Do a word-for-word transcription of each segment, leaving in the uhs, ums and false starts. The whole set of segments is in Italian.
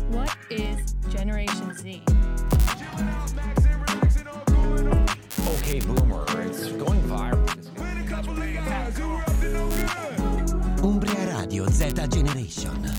What is Generation Z? Okay, boomer, it's going viral. Umbria Radio Z Generation.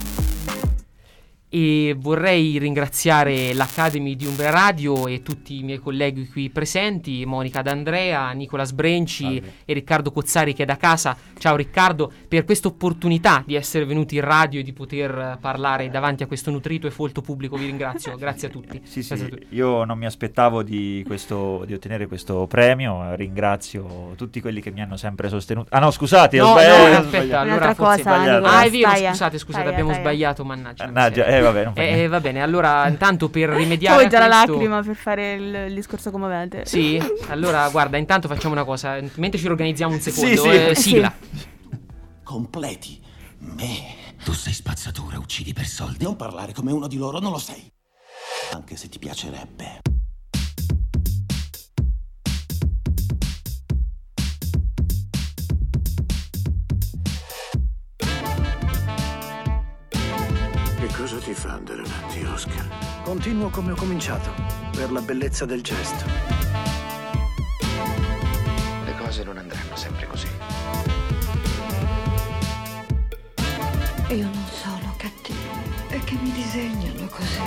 E vorrei ringraziare l'Academy di Umbria Radio e tutti i miei colleghi qui presenti, Monica D'Andrea, Nicola Sbrenci Salve. E Riccardo Cozzari che è da casa. Ciao Riccardo, per questa opportunità di essere venuti in radio e di poter parlare davanti a questo nutrito e folto pubblico. Vi ringrazio, grazie a tutti. Sì, sì, a tutti. Io non mi aspettavo di, questo, di ottenere questo premio, ringrazio tutti quelli che mi hanno sempre sostenuto. Ah no, scusate, no, ho sbagliato. No, aspetta, allora forse sbagliato. Ah, è vero, scusate, scusate, abbiamo taia. sbagliato, mannaggia. Mannaggia, eh vabbè, non fa eh, va bene, allora intanto per rimediare Poi già a la questo... lacrima per fare il, il discorso commovente. Sì? Allora guarda, intanto facciamo una cosa, mentre ci organizziamo un secondo, sì, eh, sì. sigla. Completi me. Tu sei spazzatura, uccidi per soldi. Non parlare come uno di loro, non lo sei. Anche se ti piacerebbe. Cosa ti fa andare avanti, Oscar? Continuo come ho cominciato, per la bellezza del gesto. Le cose non andranno sempre così. Io non sono cattivo, è che mi disegnano così.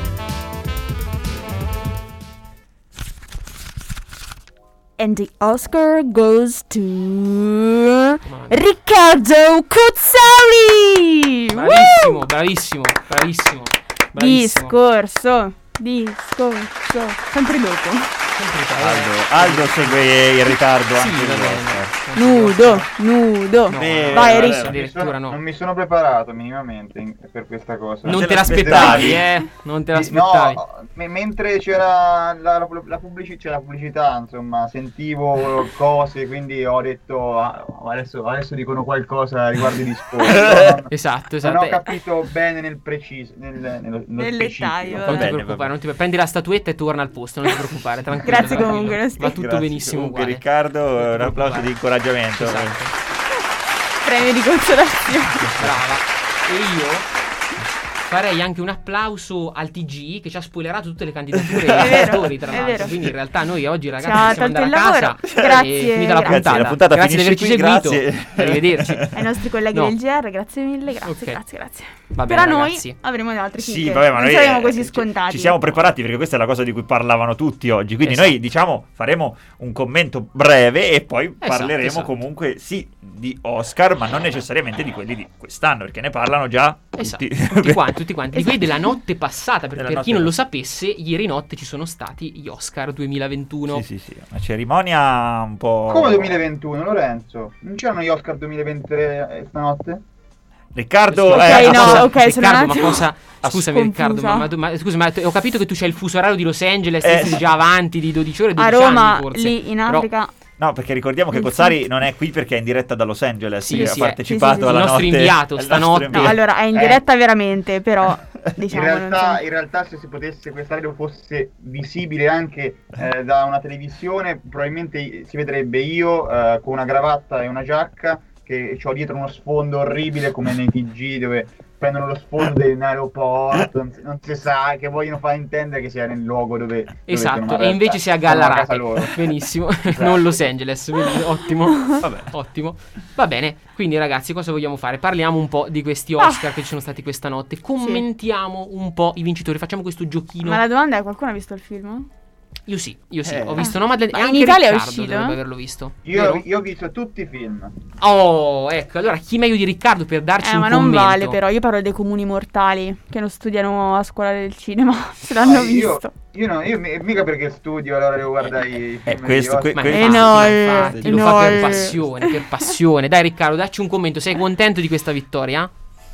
And the Oscar goes to Riccardo Cozzari! Bravissimo, Woo! bravissimo, bravissimo, bravissimo. Discorso, discorso. Sempre dopo. Aldo, Aldo segue in ritardo sì, anche lui. Nudo, nudo. No, Beh, vai vabbè, Rick. Addirittura no. Non mi sono preparato minimamente in, per questa cosa. Non, non te, te l'aspettavi, eh? Non te l'aspettavi. No, m- mentre c'era la, la, la, pubblicità, c'era la pubblicità, insomma, sentivo cose, quindi ho detto ah, adesso, adesso dicono qualcosa riguardo i discorsi. Non, esatto, esatto. Non ho capito bene nel preciso, nel, nello, nel dettaglio. Non ti preoccupare, non ti pre- prendi la statuetta e torna al posto, non ti preoccupare, tranquillo. Grazie tranquillo. comunque, va tutto Grazie. benissimo. Comunque Riccardo, un applauso di incoraggiamento. Esatto. Premio di consolazione. Brava. E io farei anche un applauso al T G che ci ha spoilerato tutte le candidature dei attori, tra l'altro. Quindi in realtà noi oggi ragazzi possiamo andare a casa. Grazie. E finita la grazie. puntata. La puntata grazie di averci qui, seguito. Grazie. Arrivederci. Ai nostri colleghi no. del G R, grazie mille, grazie, okay. grazie, grazie. Va bene, però ragazzi. noi avremo altri sì, chicche. vabbè, ma non noi saremo eh, così scontati. Ci siamo preparati perché questa è la cosa di cui parlavano tutti oggi. Quindi esatto. noi diciamo faremo un commento breve e poi esatto, parleremo esatto. comunque sì di Oscar, ma non necessariamente di quelli di quest'anno, perché ne parlano già esatto. tutti. tutti quanti, tutti quanti. Di esatto. quelli della notte passata, perché Della per notte chi non lo passata. sapesse, ieri notte ci sono stati gli Oscar duemilaventuno. Sì, sì, sì, una cerimonia un po'... Come duemilaventuno, Lorenzo? Non c'erano gli Oscar duemilaventitré stanotte? Riccardo, Ok, eh, no, cosa... ok, sono Riccardo, un ma attimo cosa... Scusami confusa. Riccardo, ma, ma, ma scusa, ma ho capito che tu c'hai il fuso orario di Los Angeles, Eh. sei già avanti di dodici ore, A dodici Roma, anni forse. lì in Però- Africa. No, perché ricordiamo che Il Cozzari film. non è qui perché è in diretta da Los Angeles, Sì, che sì, ha è. partecipato Sì, sì, sì, alla il nostro notte. inviato è il stanotte. nostro No, inviato. allora è in Eh. diretta veramente, però In diciamo non realtà, so. in realtà se si potesse questa radio fosse visibile anche eh, da una televisione, probabilmente si vedrebbe io eh, con una cravatta e una giacca che ho dietro uno sfondo orribile come nei T G dove prendono lo sfondo in aeroporto, non si, non si sa, che vogliono far intendere che sia nel luogo dove, dove Esatto, sono, ma in e invece realtà si è a sono a Gallarate. casa loro. Benissimo, Esatto. non Los Angeles, quindi ottimo. Vabbè. Ottimo. Va bene, quindi ragazzi, cosa vogliamo fare? Parliamo un po' di questi Oscar ah. che ci sono stati questa notte. Commentiamo un po' i vincitori, facciamo questo giochino. Ma la domanda è: qualcuno ha visto il film? Io sì, io sì, Eh. ho visto Nomadland Ma e in anche Italia è Riccardo uscito, dovrebbe eh? averlo visto. Io, vero? io ho visto tutti i film. Oh, ecco, allora chi meglio di Riccardo per darci Eh, un ma non commento? vale, però. Io parlo dei comuni mortali che non studiano a scuola del cinema. Se l'hanno Ah, io- visto. Io no, io mi- mica perché studio allora devo guardare i Eh, film questo- di Oscar. que- Ma que- infatti, Eh, no, ma eh, infatti, lo no, fa per eh. passione, per passione. Dai Riccardo, dacci un commento, sei contento di questa vittoria?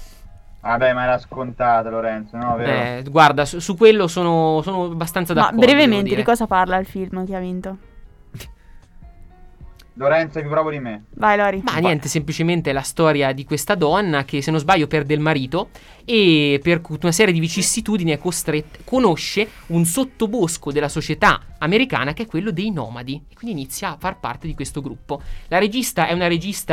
Vabbè, ma era scontata, Lorenzo, no? Vero? Eh, guarda, su, su quello sono, sono abbastanza Ma d'accordo. devo brevemente, dire. di cosa parla il film che ha vinto? Lorenzo è più bravo di me. Vai, Lori. Ma niente, semplicemente è la storia di questa donna che, se non sbaglio, perde il marito e per una serie di vicissitudini è costretta, conosce un sottobosco della società americana che è quello dei nomadi e quindi inizia a far parte di questo gruppo. La regista è una regista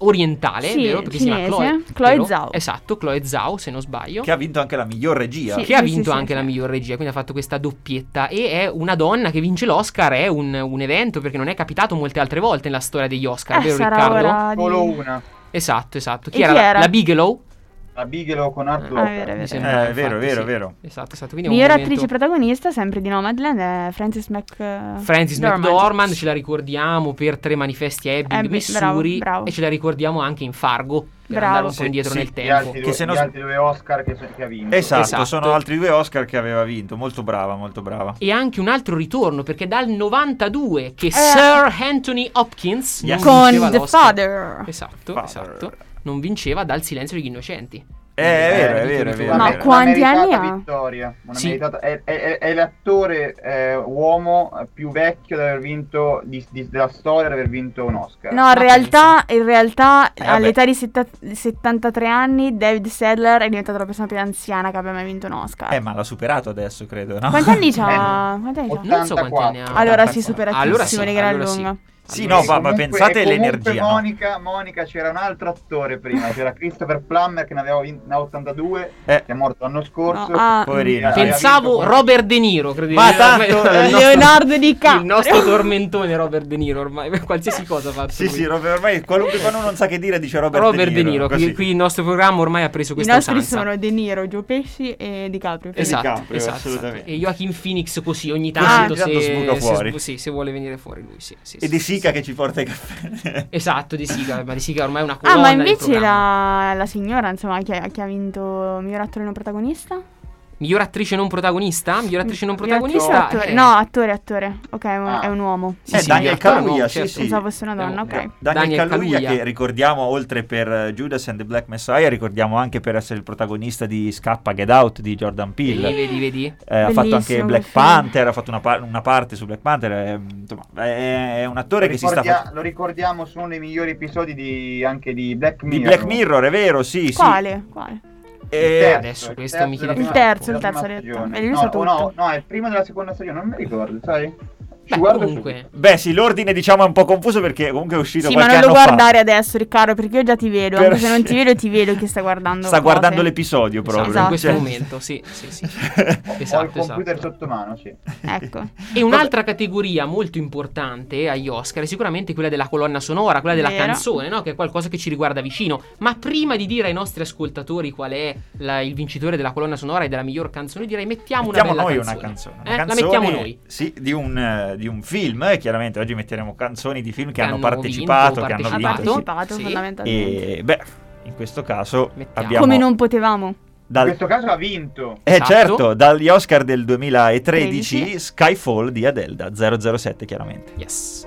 orientale, Sì, vero? Perché cinese, si chiama Chloe, Chloe vero? Zhao. Esatto, Chloe Zhao, se non sbaglio. Che ha vinto anche la miglior regia. Sì. Che ha vinto sì, anche sì. la miglior regia, quindi ha fatto questa doppietta. E è una donna che vince l'Oscar, è un, un evento perché non è capitato molte altre volte nella storia degli Oscar, Eh, vero sarà Riccardo? ora di- Solo una. Esatto, esatto. Chi E era? chi La- era? La Bigelow? La Bigelow con Art Ah, Locker. è vero, è Mi vero. sembra, Eh, è vero, infatti, vero, sì. vero. Esatto, esatto. Quindi è un Miglior momento- attrice protagonista, sempre di Nomadland, è Frances Mc... Frances Dormand. McDormand, ce la ricordiamo per Tre manifesti Ebbing, Ebbing, Missouri, bravo, bravo. e ce la ricordiamo anche in Fargo, per Bravo. andare un po' Sì, indietro sì, nel Gli tempo. altri, due, Che se non gli s- altri due Oscar che, che ha vinto. Esatto, Esatto. sono altri due Oscar che aveva vinto. Molto brava, molto brava. E anche un altro ritorno, perché dal novantadue che Sir Anthony Hopkins non Yes. Con vinceva The l'Oscar. Father. Esatto, Father. esatto. Non vinceva dal Silenzio degli Innocenti. Eh, è vero, è vero, è vero. Ma Una mer- quanti una anni meritata ha? vittoria. Una Sì. meritata- è, è- è l'attore eh, uomo più vecchio ad aver vinto di- di- della storia ad aver vinto un Oscar. No, in realtà, in realtà Eh, vabbè. all'età di setta- settantatré anni David Sadler è diventato la persona più anziana che abbia mai vinto un Oscar. Eh, ma l'ha superato adesso, credo, no? Quanti anni c'ha? Quanti anni c'ha? Non so quanti anni ha. Allora sì, superatissimo Allora sì, di gran allora sì. lunga. Sì, Allora no, ma, ma Comunque- pensate e comunque all'energia, no? Monica, Monica, c'era un altro attore prima, c'era Christopher Plummer che ne aveva vinto ne ha ottantadue, Eh. che è morto l'anno scorso. No, ah, Poverino. Aveva Pensavo vinto con- Robert De Niro, credevo. Ma tanto- Il nostro- Leonardo DiCaprio. Il nostro tormentone Robert De Niro, ormai qualsiasi cosa ha fatto Sì, lui. sì, Robert, ormai qualunque quando non sa che dire dice Robert, Robert De Niro, così. qui, qui il nostro programma ormai ha preso I questa nostri usanza. sono De Niro, Joe Pesci e DiCaprio. Esatto, DiCaprio, esatto, assolutamente. esatto. E Joaquin Phoenix così ogni Così, tanto ogni tanto se, sbuca se- fuori. sì, se vuole venire fuori lui, sì, sì, E sì, di sì, Sica sì. che ci porta i caffè. Esatto, di Sica, ma di Sica ormai è una Ah, colonna ma del invece programma. la, la signora, insomma, che, ha- che ha vinto miglior attore non protagonista? Miglior attrice non protagonista? Miglior attrice non Miglior protagonista? attore- eh, No, attore, attore. Ok, è un, Ah. è un uomo. sì, Eh, sì, Daniel miglior attore Kaluuya, no, sì, certo. sì. Pensavo fosse una donna, No, ok. Daniel, Daniel Kaluuya, Kaluuya. che ricordiamo oltre per eh, Judas and the Black Messiah, ricordiamo anche per essere il protagonista di Scappa, Get Out di Jordan Vedi, Peele. vedi, vedi. Eh, ha fatto anche Bellissimo Black quel film. Panther, ha fatto una, pa- una parte su Black Panther. eh, insomma, è, è un attore Lo, che si sta ricordia- facendo. lo ricordiamo su uno dei migliori episodi di, anche di Black Di Mirror. Black Mirror, è vero, sì, sì. Quale? Quale? Eh, terzo, adesso il questo terzo mi della chiede prima- Il terzo, il della terzo prima ha detto. stagione. E lui no, sa o tutto. no, no, è il primo della seconda stagione, non mi ricordo, sai? Ci Beh, guardo comunque, Beh, sì, l'ordine diciamo è un po' confuso perché comunque è uscito Sì, ma qualche non lo anno guardare adesso, Riccardo, perché io già ti vedo. Per- Anche se non ti vedo, ti vedo che stai guardando. Sta cose. guardando l'episodio proprio. esatto, in questo Cioè- momento, sì, sì, sì. Ho il esatto, computer esatto. sotto mano, sì. Ecco. E un'altra categoria molto importante agli Oscar è sicuramente quella della colonna sonora, quella della Vero. canzone, no? Che è qualcosa che ci riguarda vicino. Ma prima di dire ai nostri ascoltatori qual è la- il vincitore della colonna sonora e della miglior canzone, direi mettiamo, Mettiamo una bella noi canzone. una canzone. Una Eh? canzone, La mettiamo noi. Sì, di un, eh, di un film. eh, chiaramente oggi metteremo canzoni di film che, Che hanno hanno partecipato, vinto, che hanno Ha vinto. partecipato. partecipato, Sì. fondamentalmente. E beh, in questo caso Mettiamo. abbiamo Come non potevamo. In dal, questo caso ha vinto. eh Esatto. certo, dagli Oscar del duemilatredici tredici. Skyfall di Adele da zero zero sette chiaramente. Yes.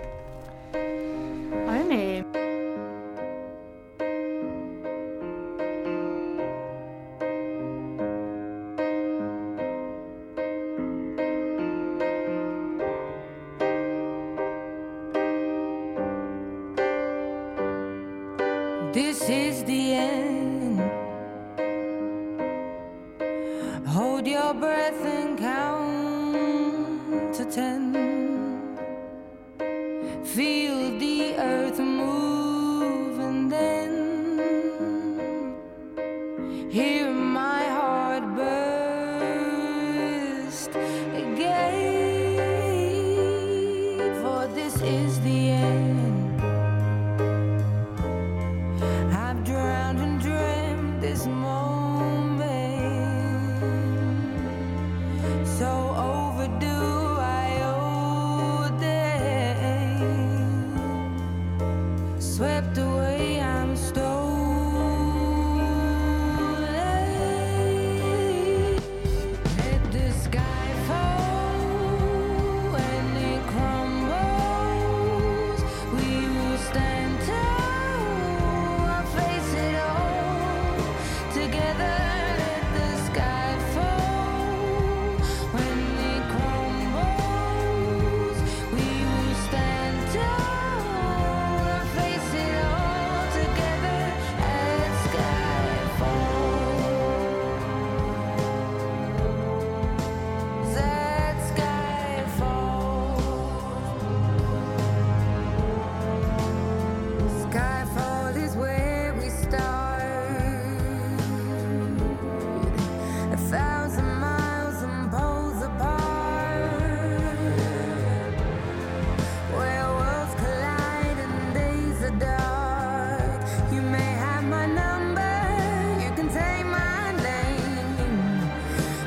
A me This is the end. Hold your breath and count to ten. Feel the earth move and then hear my heart burst again. For this is the end. I've drowned and dreamt this moment, so overdue I owe them.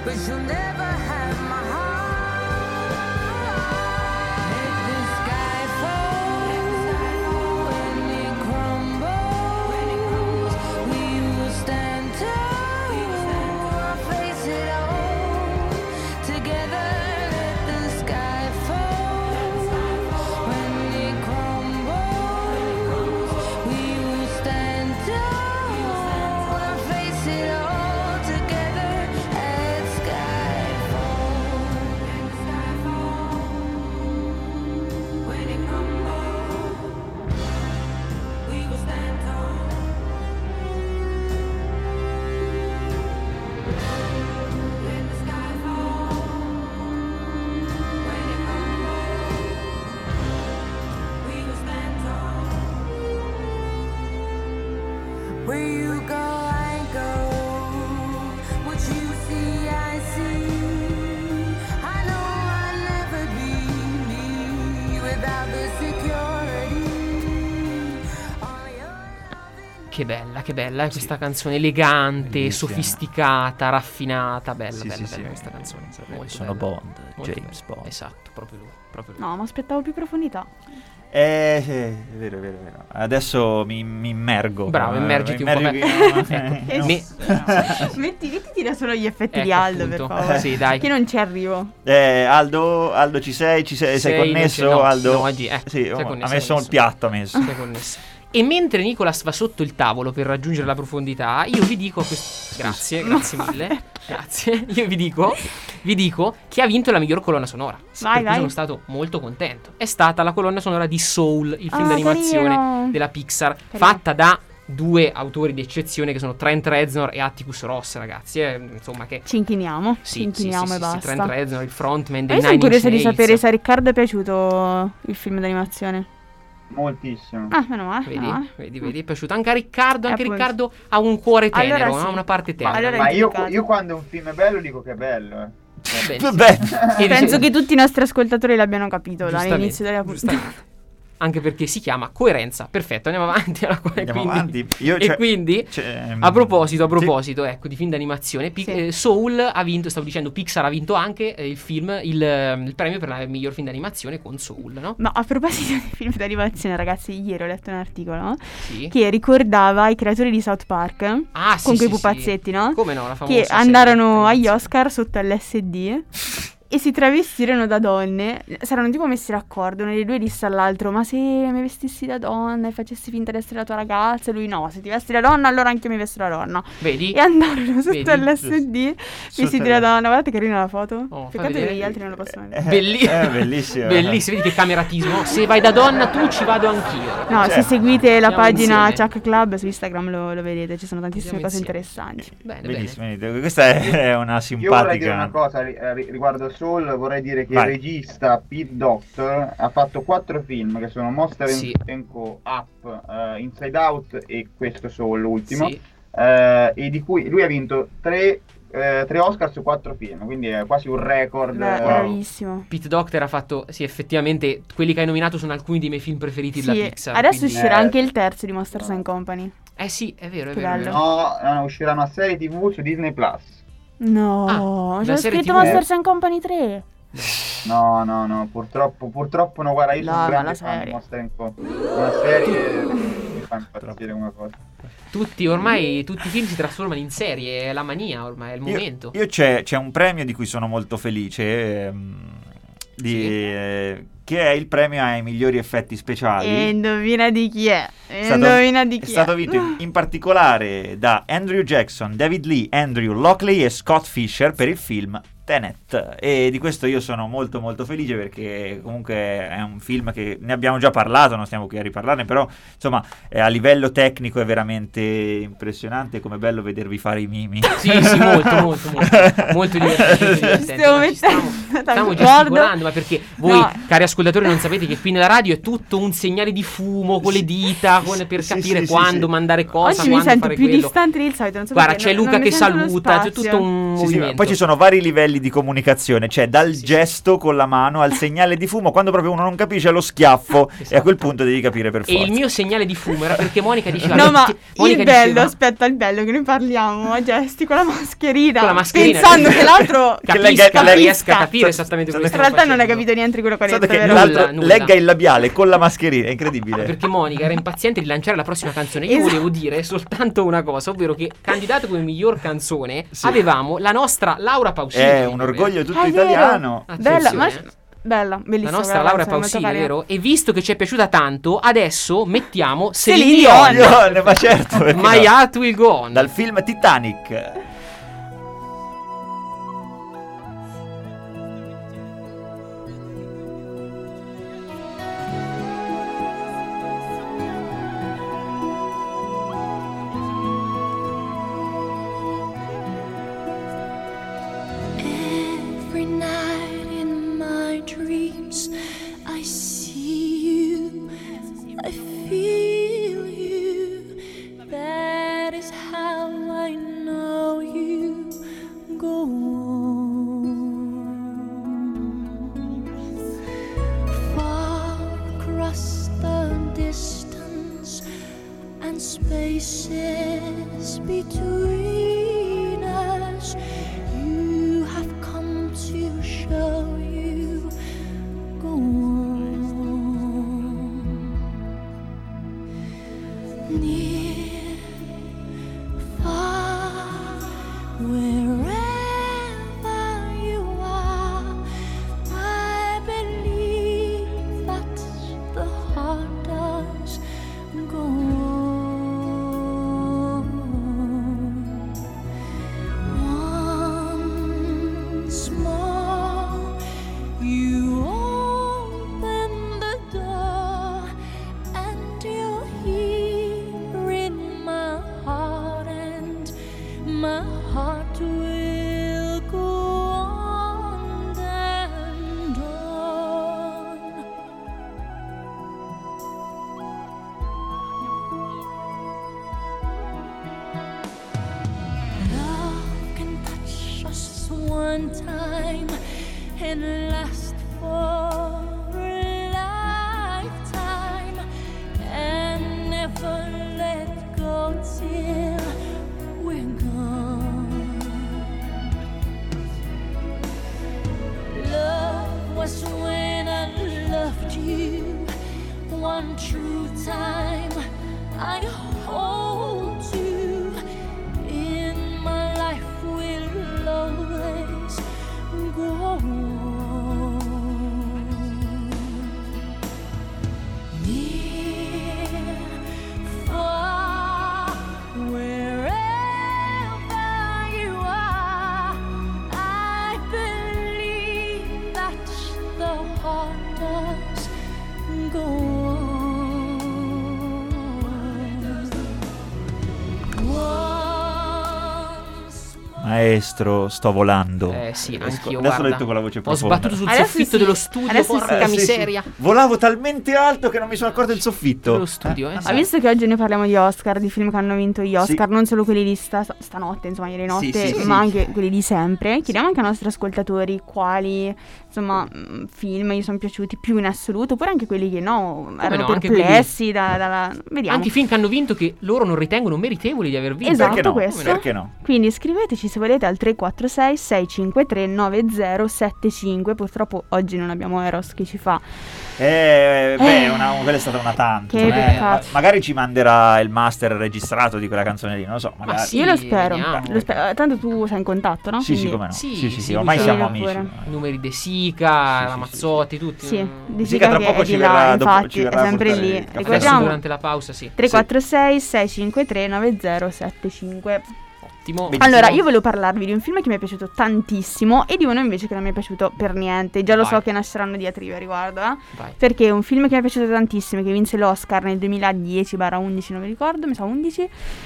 but you'll never have my heart. Let the sky fall when it crumbles. We will stand tall, face it all together. Let the sky fall when it crumbles. We will stand tall, face it all together. Let sky fall when it crumbles. We will stand tall. Let the sky fall when it crumbles. We will stand tall. Where you go, I go. What you see, I see. I know I'll never be me without the security. All your loving. Che bella, che bella è questa canzone, elegante, Bellissima. sofisticata, raffinata, bella, Sì, bella, sì, bella sì. questa canzone. Molto Sono bella. Bond, Molto James bella. Bond. Esatto, proprio lui, proprio lui. No, mi aspettavo più profondità. Eh, sì, è vero, è vero, è vero. Adesso mi, mi immergo. Bravo, Eh, immergiti un po'. immergiti- Ecco, eh, me- Metti, mettiti da solo gli effetti di Ecco, Aldo, appunto. per favore. Sì, dai. Che non ci arrivo. Eh, Aldo, Aldo, ci sei? Ci sei, sei Sei, connesso? non c'è- no, Aldo? no, oggi, ecco, sì, sei oh, connesso, ha messo sei il piatto, ha messo. Sei connesso. E mentre Nicolas va sotto il tavolo per raggiungere la profondità, io vi dico questo. Grazie, grazie mille. Grazie. Io vi dico, vi dico chi ha vinto la miglior colonna sonora. Sì, Vai, per cui vai. sono stato molto contento. È stata la colonna sonora di Soul, il film Ah, d'animazione carino. della Pixar, Carino. fatta da due autori di eccezione che sono Trent Reznor e Atticus Ross, ragazzi. Eh, insomma, che Ci inchiniamo. sì, ci inchiniamo sì, e sì, sì, basta. Trent Reznor, il frontman dei Io sono Nine Inch curiosa di Nails. sapere se a Riccardo è piaciuto il film d'animazione. Moltissimo. Ah, meno male. Vedi, meno male. vedi, vedi, è piaciuto anche a Riccardo. Anche appunto. Riccardo ha un cuore tenero, Allora ha sì. una parte tenera. Allora Ma io, indicato. io quando un film è bello dico che è bello. Eh. Benissimo. Beh, E Penso dice- che tutti i nostri ascoltatori l'abbiano capito Giustamente, dall'inizio della puntata. giustamente. Anche perché si chiama coerenza. Perfetto, andiamo avanti. Alla e Andiamo quindi, avanti. Io e c'è- quindi c'è- a proposito, a sì. proposito, ecco, di film d'animazione, Pi- Sì. eh, Soul ha vinto, stavo dicendo, Pixar ha vinto anche eh, il film, il, eh, il premio per il miglior film d'animazione con Soul, no? Ma a proposito di film d'animazione, ragazzi, ieri ho letto un articolo Sì. che ricordava i creatori di South Park Ah, sì, con quei sì, pupazzetti, sì. no? Come no, la famosa Che serie andarono agli d'animazione. Oscar sotto l'S D e si travestirono da donne. Saranno tipo messi d'accordo. Uno dei due disse all'altro: ma se mi vestissi da donna e facessi finta di essere la tua ragazza? E lui: no, se ti vesti da donna allora anche io mi vesto da donna. Vedi? E andarono sotto Vedi? l'S D Sotto vestiti da l'- donna. Guardate che carina la foto. Oh, fa Peccato che vedere. gli altri non lo possono vedere. Belli- Eh, bellissimo. Bellissimo, vedi che cameratismo. Se vai da donna tu ci vado anch'io. No, Cioè, se seguite la andiamo pagina insieme. Chuck Club su Instagram lo, lo vedete, ci sono tantissime Andiamo cose insieme. interessanti. Bene, bene. Benissimo, benissimo. Questa è una Io vorrei dire una simpatica. cosa ri- eh, ri- riguardo a Soul, vorrei dire che Vai. il regista Pete Docter ha fatto quattro film che sono Monster Sì. and Co, Up, eh, Inside Out e questo Soul, l'ultimo, Sì. eh, e di cui lui ha vinto tre, eh, tre Oscar su quattro film, quindi è quasi un record. Beh, eh, bravissimo. Pete Docter ha fatto, sì, effettivamente, quelli che hai nominato sono alcuni dei miei film preferiti della Sì, Pixar. adesso quindi- uscirà Eh. anche il terzo di Monsters and Company. Eh sì, è vero, è Che vero. è bello. vero. No, no, uscirà una serie tivù su Disney Plus. No, Ah, c'è la serie scritto tivù. Monsters and Company tre. No, no, no, purtroppo, purtroppo no, guarda, io No, sono un ma grande la fan di serie. Monster and Co. Una serie mi fa impazzire come cosa. Tutti, ormai, tutti i film si trasformano in serie, è la mania ormai, è il Io, momento. io c'è, c'è un premio di cui sono molto felice, ehm, di, Sì. eh, che è il premio ai migliori effetti speciali. E indovina di chi è. E È stato- indovina di è chi stato è. vinto in, in particolare da Andrew Jackson, David Lee, Andrew Lockley e Scott Fisher per il film Tenet, e di questo io sono molto molto felice perché comunque è un film che ne abbiamo già parlato, non stiamo qui a riparlarne, però insomma eh, a livello tecnico è veramente impressionante, come bello vedervi fare i mimi. Sì, sì, molto, molto, molto, molto divertente. Molto divertente. Stiamo Ma ci mettendo stiamo, stiamo d'accordo. gesticolando, ma perché voi, No. cari ascoltatori, ascoltatori non sapete che qui nella radio è tutto un segnale di fumo con le dita con, per sì, capire sì, quando sì, mandare cosa, Oggi mi quando sento fare più quello. distante del solito, non so Guarda, perché, c'è non- Luca non che mi sento lo saluta, c'è spazio. tutto un Sì, sì, movimento. poi ci sono vari livelli di comunicazione, cioè dal gesto con la mano al segnale di fumo, quando proprio uno non capisce allo schiaffo e a quel punto devi capire per E forza. il mio segnale di fumo era perché Monica diceva No, ma Monica il bello, diceva- aspetta, il bello che noi parliamo a gesti con la mascherina, Con la mascherina, pensando che- che l'altro capisca, lei- che lei riesca a capisca. capire esattamente quello In che stiamo realtà non hai facendo. capito niente di quello che ho Pensate detto, che vero? l'altro Nulla, nulla. legga il labiale con la mascherina, è incredibile. Perché Monica era impaziente di lanciare la prossima canzone. Io Esatto. volevo dire soltanto una cosa, ovvero che candidato come miglior canzone avevamo la nostra Laura Pausini. È un orgoglio tutto Ah, è vero. italiano. Bella, ma Attenzione. bella, La bellissima. nostra quella Laura canzone, molto Pausini, carina. vero? E visto che ci è piaciuta tanto, adesso mettiamo Celine Celine Dion. Dion. Dion, ma certo, perché My no? Heart Will Go On. Dal film Titanic. Every night in my dreams, I see you, I feel you. That is how I know you. Go on. Far across the distance and spaces between us, you have come to show you. Go on. Near, far, wherever you are, I believe that the heart does go on. Once more, you open the door, and you're here in my heart, and my heart will go on and on. Love can touch us one time and last for a lifetime, and never let go till we're gone. Love was when I loved you one true time. I hold you in my life, will always go on. Near, far, wherever you are, I believe that the heart does go on. Maestro, sto volando. Eh sì, anch'io, Adesso guarda. l'ho detto con la voce Ho profonda. sbattuto sul Adesso soffitto sì, dello studio, adesso sì. porca Eh, sì, miseria. sì. Volavo talmente alto che non mi sono accorto del soffitto. Dello studio, eh, Ma sì. visto che oggi noi parliamo di Oscar, di film che hanno vinto gli Oscar, Sì. non solo quelli di sta- stanotte, insomma, ieri notte, Sì, sì, ma sì. anche quelli di sempre, chiediamo anche ai nostri ascoltatori quali, insomma, mh, film gli sono piaciuti più in assoluto, oppure anche quelli che no, erano no, anche perplessi da, dalla... Vediamo. Anche i film che hanno vinto che loro non ritengono meritevoli di aver vinto. Esatto, Perché no? questo. Perché no? Quindi scriveteci se volete al tre quattro sei sei cinque tre nove zero sette cinque. Purtroppo oggi non abbiamo Eros che ci fa. Eh, beh, Eh. una, quella è stata una tantum. Che eh. peccato. Ma- magari ci manderà il master registrato di quella canzone lì, non lo so. Ma Magari. sì, Io lo spero. vediamo. Lo spero. Tanto tu sei in contatto, no? Sì, sì, Quindi- come no. Sì, Sì, sì, sì, sì, ormai lui siamo sa amici. pure. Numeri De Sica, Sì, sì, Ramazzotti, tutti. Sì, mm. di Sica tra che poco è ci di verrà là, dopo- infatti, ci è verrà a sempre portare lì. il caffè. Adesso Ricordiamo durante la pausa, sì. tre quattro sei sei cinque tre nove zero sette cinque. Ottimo. Benissimo. Allora, io volevo parlarvi di un film che mi è piaciuto tantissimo e di uno invece che non mi è piaciuto per niente. Già lo Vai. so che nasceranno diatribe a riguardo, eh. Vai. Perché è un film che mi è piaciuto tantissimo, che vinse l'Oscar nel duemiladieci undici, non mi ricordo, mi sa undici.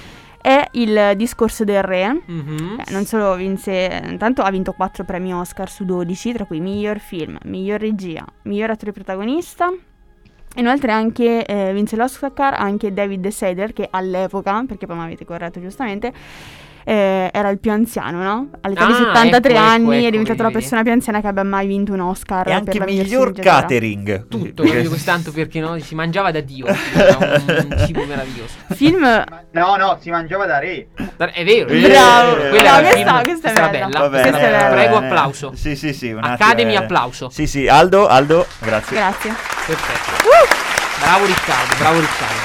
è Il discorso del re. Mhm. Eh, non solo vinse, intanto ha vinto quattro premi Oscar su dodici, tra cui miglior film, miglior regia, miglior attore protagonista. Inoltre anche eh, vinse l'Oscar anche David Seyder, che all'epoca, perché poi mi avete corretto giustamente, eh, era il più anziano, no? All'età di Ah, settantatré ecco, anni ecco, è diventato vedi, la vedi. persona più anziana che abbia mai vinto un Oscar. E per anche la miglior sceneggiatura. catering. Tutto, capito, quest'anto perché no? Si mangiava da Dio, era un cibo meraviglioso. Film. No, no, si mangiava da re. È vero, Eh, Bravo. eh, quella No, era il questa- film- questa è era bella. bella. Va bene, Questa è bella. va Prego, bene. applauso. Sì, sì, sì. Un attimo, Academy, eh. applauso. Sì, sì. Aldo, Aldo, grazie. Grazie. Perfetto. Bravo Riccardo, bravo Riccardo.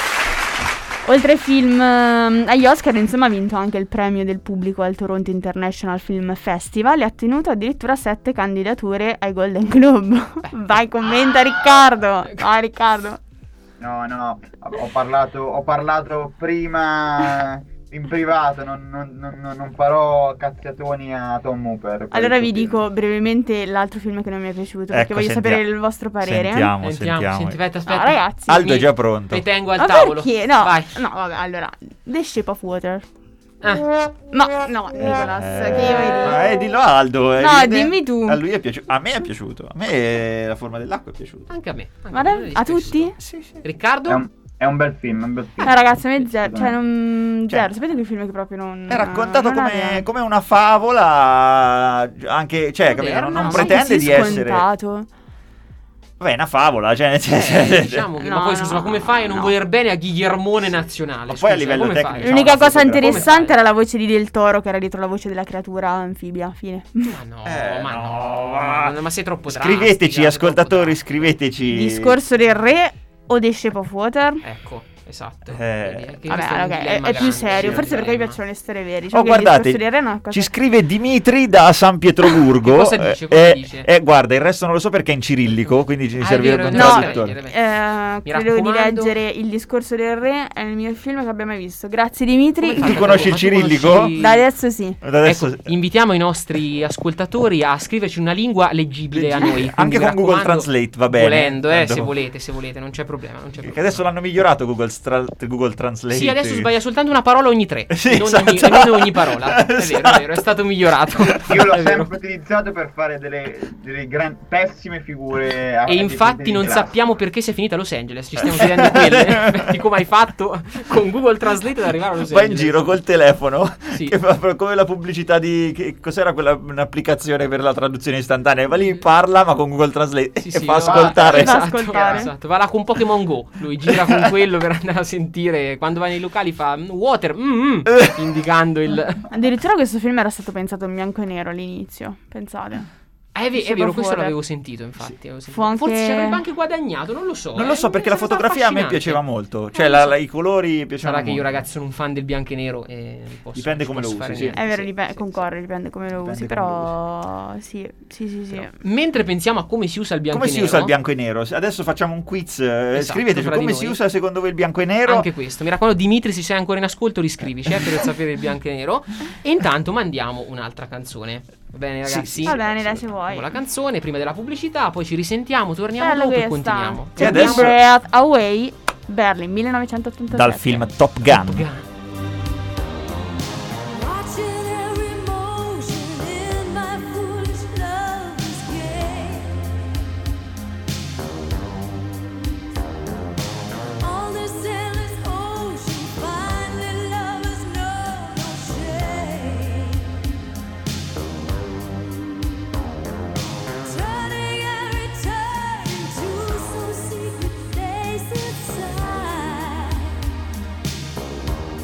Oltre ai film ehm, agli Oscar, insomma, ha vinto anche il premio del pubblico al Toronto International Film Festival e ha ottenuto addirittura sette candidature ai Golden Globe. Vai, commenta Riccardo. Vai Riccardo. No, no, ho parlato, ho parlato prima in privato, non, non, non, non farò cazziatoni a Tom Hooper. per Allora il vi suo film. dico brevemente l'altro film che non mi è piaciuto, perché Ecco, voglio sentiamo. sapere il vostro parere. Sentiamo, Sentiamo, sentiamo. senti, aspetta, aspetta. No, ragazzi. Aldo è Mi- già pronto. Mi tengo al Ma tavolo. perché? No, Vai. no, vabbè, allora, The Shape of Water. Ah. Ma no, Nicolas, Eh, che io vedi? ma, eh, dillo a Aldo. eh, No, dite- dimmi tu. A lui è piaciuto. A me è piaciuto. A me la forma dell'acqua è piaciuta. Anche a me. Anche Ma a, da- me a spesso. tutti? Sì, sì. Riccardo? È un, è un bel film, è un bel film. Eh, ragazzi, a me zero, cioè non Cioè, zero, sapete che film che proprio non È raccontato non come, aveva- come una favola. Anche, cioè, Vabbè, capito? Non, no, non ma pretende così di essere. scontato. Vabbè, è una favola. Cioè, nel senso- Eh, diciamo che, No, ma poi no, scusa, ma come fai a non no. voler bene a Guillermone nazionale? Ma poi Scusa, a livello come tecnico, fai? diciamo, L'unica una cosa fotografia. interessante fai? era la voce di Del Toro che era dietro la voce della creatura anfibia, fine. Ma no, Eh, ma no, no, ma- ma, ma sei troppo drastica, Scriveteci, sei troppo ascoltatori, drastica. scriveteci. Discorso del re o The Shape of Water? Ecco, esatto. Eh, Vedi, che Vabbè, questo un ok, è, dilemma è più grande, serio, sì, forse un perché mi dilemma. piacciono le storie vere. Diciamo Oh, che il guardate, discorso del re è una cosa... ci scrive Dimitri da San Pietroburgo. Che cosa dice? eh, Cosa eh, dice? eh, guarda, il resto non lo so perché è in cirillico, quindi ci Ah, è servirebbe vero, un no, traduttore. beh, beh, Eh, Mi credo di raccomando. leggere Il discorso del re, è il miglior film che abbia mai visto. Grazie Dimitri. Come fai Tu a conosci saperlo? il Ma tu cirillico? conosci- Da adesso sì. Da adesso- Ecco, invitiamo i nostri ascoltatori a scriverci una lingua leggibile a noi. quindi Anche mi con Google raccomando, Translate, va bene. Volendo, eh, Tanto- se volete, se volete, non c'è problema, non c'è Che problema. adesso l'hanno migliorato Google, Stra- Google Translate. Sì, adesso sbaglia soltanto una parola ogni tre. Sì, non, esatto. ogni, e non ogni parola. È vero, è Esatto. vero, è stato migliorato. Io l'ho È vero. sempre utilizzato per fare delle, delle gran, pessime figure. a- E ai infatti compiti non di classe. sappiamo perché sia finita a Los Angeles. Ci stiamo chiedendo quelle. Di come hai fatto con Google Translate ad arrivare a Los Va Angeles. in giro col telefono Sì. che fa proprio come la pubblicità di che cos'era quella un'applicazione per la traduzione istantanea, va lì, parla ma con Google Translate Sì, e sì, fa va- ascoltare. e fa Esatto, ascoltare. esatto. Va là con Pokémon Go. Lui gira con quello per andare a sentire. Quando va nei locali fa "Mm, water, mm, mm", indicando il. Addirittura questo film era stato pensato in bianco e nero all'inizio, pensate. Eh, è, ve- è Shape vero, of questo Water. l'avevo sentito, infatti. avevo sentito. Fu anche- Forse ci avrebbe anche guadagnato, non lo so. Non lo eh, so perché la mi sembra fotografia a me affascinante. piaceva molto, cioè Non lo la- so. la- i colori piacevano Sarà che io, molto. ragazzi, sono un fan del bianco e nero e non posso, Dipende non come lo posso usi, fare sì. niente. È vero, Sì, dipende, sì, concordo, dipende come lo Dipende usi, come però sì, sì, sì, sì. sì. Mentre pensiamo a come si usa il bianco Come e si nero, usa il bianco e nero? Adesso facciamo un quiz. eh, Esatto, Scriveteci fra di come noi. si usa secondo voi il bianco e nero. anche questo. Mi raccomando, Dimitri, se sei ancora in ascolto, riscrivici eh, per sapere il bianco e nero. E intanto mandiamo un'altra canzone. Va bene, Sì, ragazzi? sì. Va bene, dai, se vuoi. Facciamo la canzone prima della pubblicità, poi ci risentiamo, torniamo Bello dopo e questa. continuiamo. E Take adesso- a breath away, Berlin, millenovecentottantasette. Dal film Top Gun. Top Gun. Watching every motion in my foolish lover's game. On this endless ocean, finally lovers know no shame. Turning every turn into some secret place inside.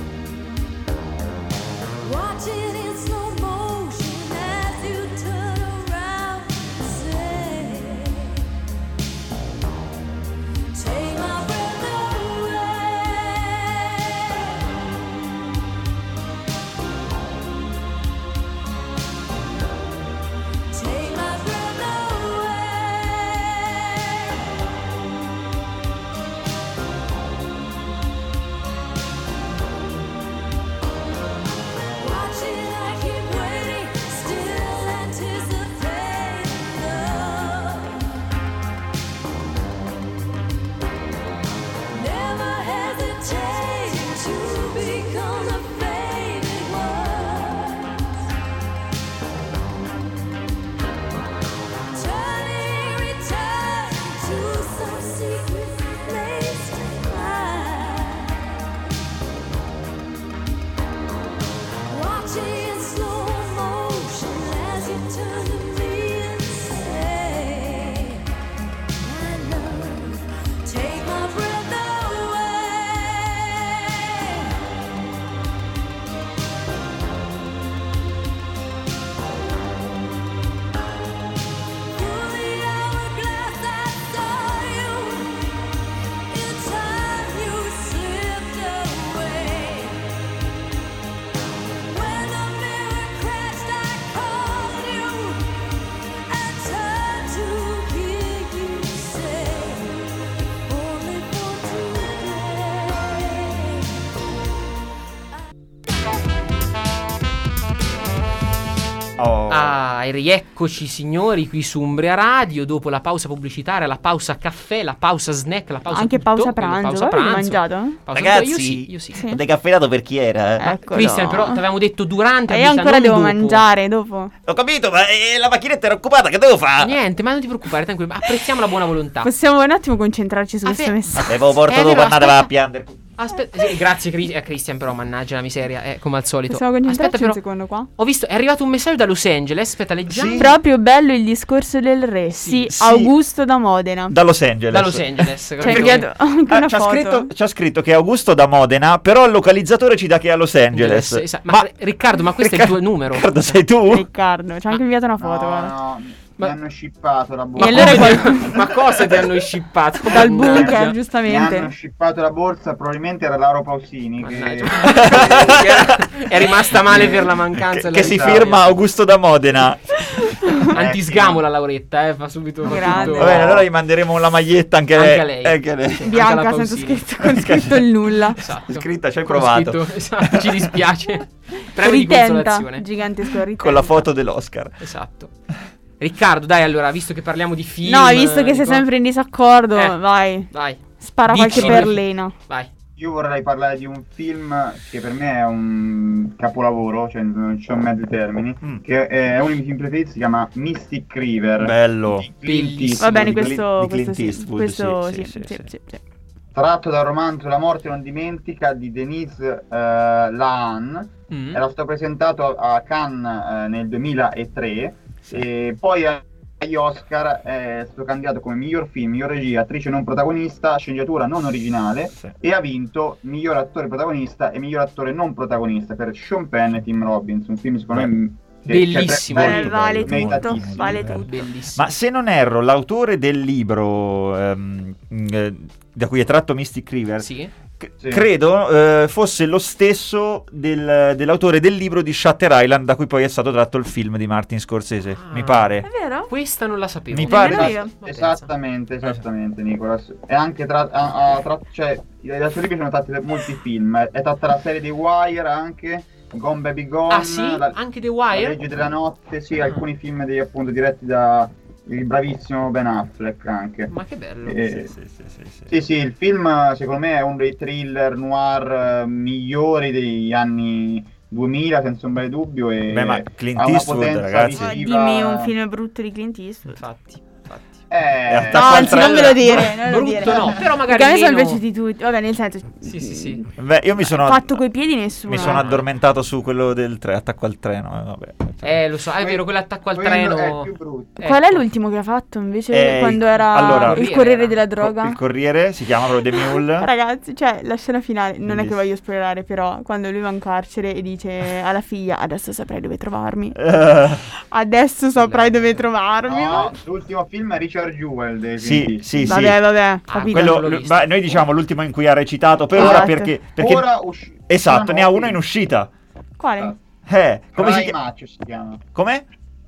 E rieccoci signori qui su Umbria Radio dopo la pausa pubblicitaria, la pausa caffè, la pausa snack, la pausa Anche tutto, pausa quindi pranzo. pausa Voi avete pranzo. mangiato? Pausa Ragazzi, io sì, io sì. Sì. ho decaffeinato per chi era? eh? Eccolo. Cristian, però ti avevamo detto durante E la io vita, ancora non devo dopo. mangiare dopo. Ho capito, ma eh, la macchinetta era occupata, che devo fare? Niente, ma non ti preoccupare, tranquillo, apprezziamo la buona volontà. Possiamo un attimo concentrarci su Ah, questo fe- messaggio. Vabbè, ve porto Eh, dopo, però, andate va a aspetta. piangere. Aspetta, sì, grazie Cri- a Christian, però mannaggia la miseria, eh, come al solito. Possiamo concentrarci Aspetta, però, un secondo qua? ho visto, è arrivato un messaggio da Los Angeles, aspetta, leggiamo. Sì. Proprio bello il discorso del re. Sì, Sì. Augusto da Modena. Da Los Angeles. Da Los Angeles, Cioè, capito? perché ha anche Ah, una c'ha, foto. scritto, c'ha scritto che è Augusto da Modena, però il localizzatore ci dà che è a Los Angeles. Esatto. Ma, Riccardo, ma questo Riccardo- è il tuo numero? Riccardo, sei tu? Riccardo, ci ha anche inviato una foto. No, guarda. no, Ma- mi hanno shippato la Ma, borsa. E allora come qual- ti- ma cosa ti hanno shippato? Dal Mannaggia. bunker, Mi giustamente. hanno shippato la borsa, probabilmente era Lauro Pausini. Che... Mannaggia. è rimasta male per la mancanza Che, che si della firma Augusto da Modena. Antisgamo la Lauretta, eh, fa subito fa Grande. tutto. Va bene, allora gli manderemo la maglietta anche, Anche a lei. Anche a lei. Sì. Bianca Anche alla senza Pausini. scritto, con scritto il nulla. Esatto. Scritta, ci hai Con provato. scritto, esatto, ci dispiace. Premio di Ritenta, consolazione. gigantesco ritenta. Con la foto dell'Oscar. Esatto. Riccardo, dai, allora, visto che parliamo di film. No, visto che sei Ricor- sempre in disaccordo, Eh. vai. Vai, Spara Dici qualche due perlena. vai. Io vorrei parlare di un film che per me è un capolavoro, cioè non ci sono mezzi termini, Mm. che è uno dei miei film preferiti, si chiama Mystic River. Bello. di Clint Bellissimo. Eastwood. Va bene, di questo, Clint- di questo Clint sì, Eastwood, questo sì, sì, sì, sì, sì, sì, sì. sì. Tratto dal romanzo La morte non dimentica di Denise eh, Lahan. Mm. Era stato presentato a Cannes eh, nel duemilatré e poi agli Oscar è stato candidato come miglior film, miglior regia, attrice non protagonista, sceneggiatura non originale Sì. e ha vinto miglior attore protagonista e miglior attore non protagonista per Sean Penn e Tim Robbins, un film secondo me che- Bellissimo. che Eh, è vale bello, tutto, meritatissimo. vale Bello, tutto. bellissimo. Ma se non erro, l'autore del libro ehm, eh, da cui è tratto Mystic River, Sì. c- Sì. credo eh, fosse lo stesso del- dell'autore del libro di Shutter Island, da cui poi è stato tratto il film di Martin Scorsese, Ah. mi pare. È vero? Questa non la sapevo. Mi pare- Nemmeno io. Ma pensa. Esattamente, esattamente, Nicolas. E anche tra, ha- ha tra- cioè, dal suo libro sono tratti molti film. È, è tratta la serie di Wire anche, Gone Baby Gone. Ah, sì? la, Anche The La Wire? legge della notte, sì, Ah. alcuni film dei, appunto diretti da il bravissimo Ben Affleck anche. Ma che bello. Eh, Sì, sì, sì, sì, sì. Sì, sì, il film secondo me è uno dei thriller noir eh, migliori degli anni duemila, senza ombra di dubbio. E Beh, ma Clint ha una Eastwood, potenza ragazzi. Ma visiva- dimmi un film brutto di Clint Eastwood. Infatti, infatti. Eh, Attacco No, al anzi, non me lo dire, non me lo Brutto dire. no, però magari Perché a me sono meno- piaciuti tutti. Vabbè, nel senso, Sì, sì, sì. Beh, io mi sono, fatto coi piedi nessuno. mi sono eh. addormentato su quello del tre, attacco al treno. eh, vabbè. Eh, lo so, è vero, quell'attacco al quello treno. è il più brutto. Qual è Ecco. l'ultimo che ha fatto invece Eh, quando il- era allora- il Corriere della Co- Droga? Il Corriere si chiama proprio The Mule. Ragazzi, cioè la scena finale, non è che Bellissimo. voglio spoilerare, però quando lui va in carcere e dice alla figlia adesso saprai dove trovarmi. Eh, Adesso saprai dove trovarmi. No, l'ultimo film è Richard Jewell dei sì, Clint sì, sì. Vabbè, vabbè, Ah, capito. Quello- non l'ho lu- visto. ma noi diciamo l'ultimo in cui ha recitato per Esatto. ora perché, perché Ora usci- esatto, no, ne ha no, uno in uscita. Quale? Eh, come si Cry chiama? Macho si chiama. Come?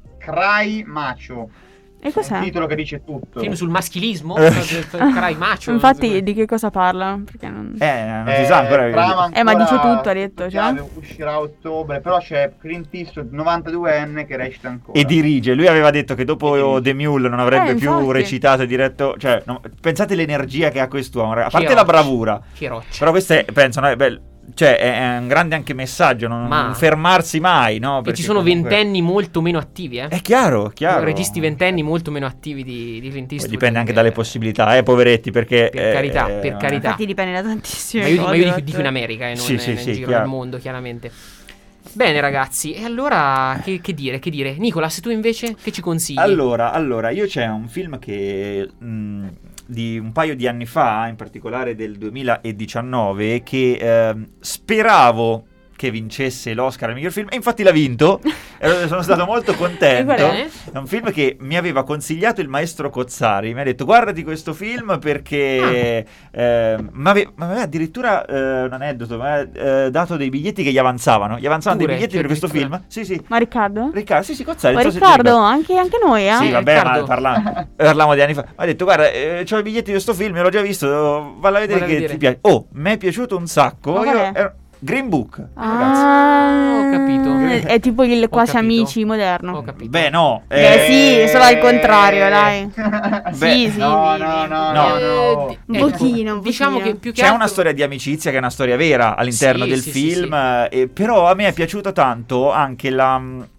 Cry Macho. E Un cos'è? titolo che dice tutto. Film sul maschilismo? Eh. Cry macho. Infatti di che cosa parla? Perché non... Eh, non si Eh, sa ancora. trama Eh, ma dice ancora tutto, ha detto, cioè. chiave, uscirà a ottobre, però c'è Clint Eastwood novantaduenne che recita ancora. E dirige, lui aveva detto che dopo E dirige. The Mule non avrebbe Eh, più infatti. recitato e diretto. Cioè, no, pensate l'energia che ha quest'uomo, raga. A Che parte la roccia. bravura, Che roccia. però questo è, penso, no, è bello. Cioè, è, è un grande anche messaggio, non, Ma- non fermarsi mai, no? E Perché ci sono comunque- ventenni molto meno attivi, eh. È chiaro, chiaro. Registi ventenni molto meno attivi di, di Clint Poi Eastwood. dipende anche che- dalle possibilità, eh, poveretti, perché... Per eh, carità, eh, per eh, carità. Infatti dipende da tantissime Ma io, cose. ma io dico, esatto. dico in America e non Sì, in, sì, in sì, giro chiaro. del mondo, chiaramente. Bene, ragazzi, e allora che, che dire, che dire? Nicolas, tu invece che ci consigli? Allora, allora, io c'è un film che mh, di un paio di anni fa, in particolare del duemiladiciannove, che ehm, speravo che vincesse l'Oscar al miglior film e infatti l'ha vinto. E sono stato molto contento. E qual è? È un film che mi aveva consigliato il maestro Cozzari, mi ha detto guardati questo film perché eh, mi ave- mi aveva addirittura eh, un aneddoto, mi aveva eh, dato dei biglietti che gli avanzavano, gli avanzavano Pure, dei biglietti che per questo addirittura- film. Sì, sì. Ma Riccardo? Riccardo, sì, sì, Cozzari. Ma non so se ti Riccardo, ricordi. anche, anche noi, eh? Sì, vabbè, Riccardo. ma parla- parliamo di anni fa. Mi ha detto, guarda, eh, c'ho i biglietti di questo film, io l'ho già visto, valla a vedere Valla a che vedere. ti piace. Oh, mi è piaciuto un sacco. Ma Io qual è? ero- Green Book. Ah, ho capito. È tipo il Ho Quasi capito. Amici moderno. Ho capito. Beh, no. Beh, eh, sì, solo al contrario, dai. Beh, sì, sì. No, sì, no, sì. no, No. no, no. Eh, Un ecco, pochino, un diciamo pochino. che più che C'è altro... una storia di amicizia che è una storia vera all'interno Sì, del sì, sì, film, eh, però a me è piaciuto tanto anche la...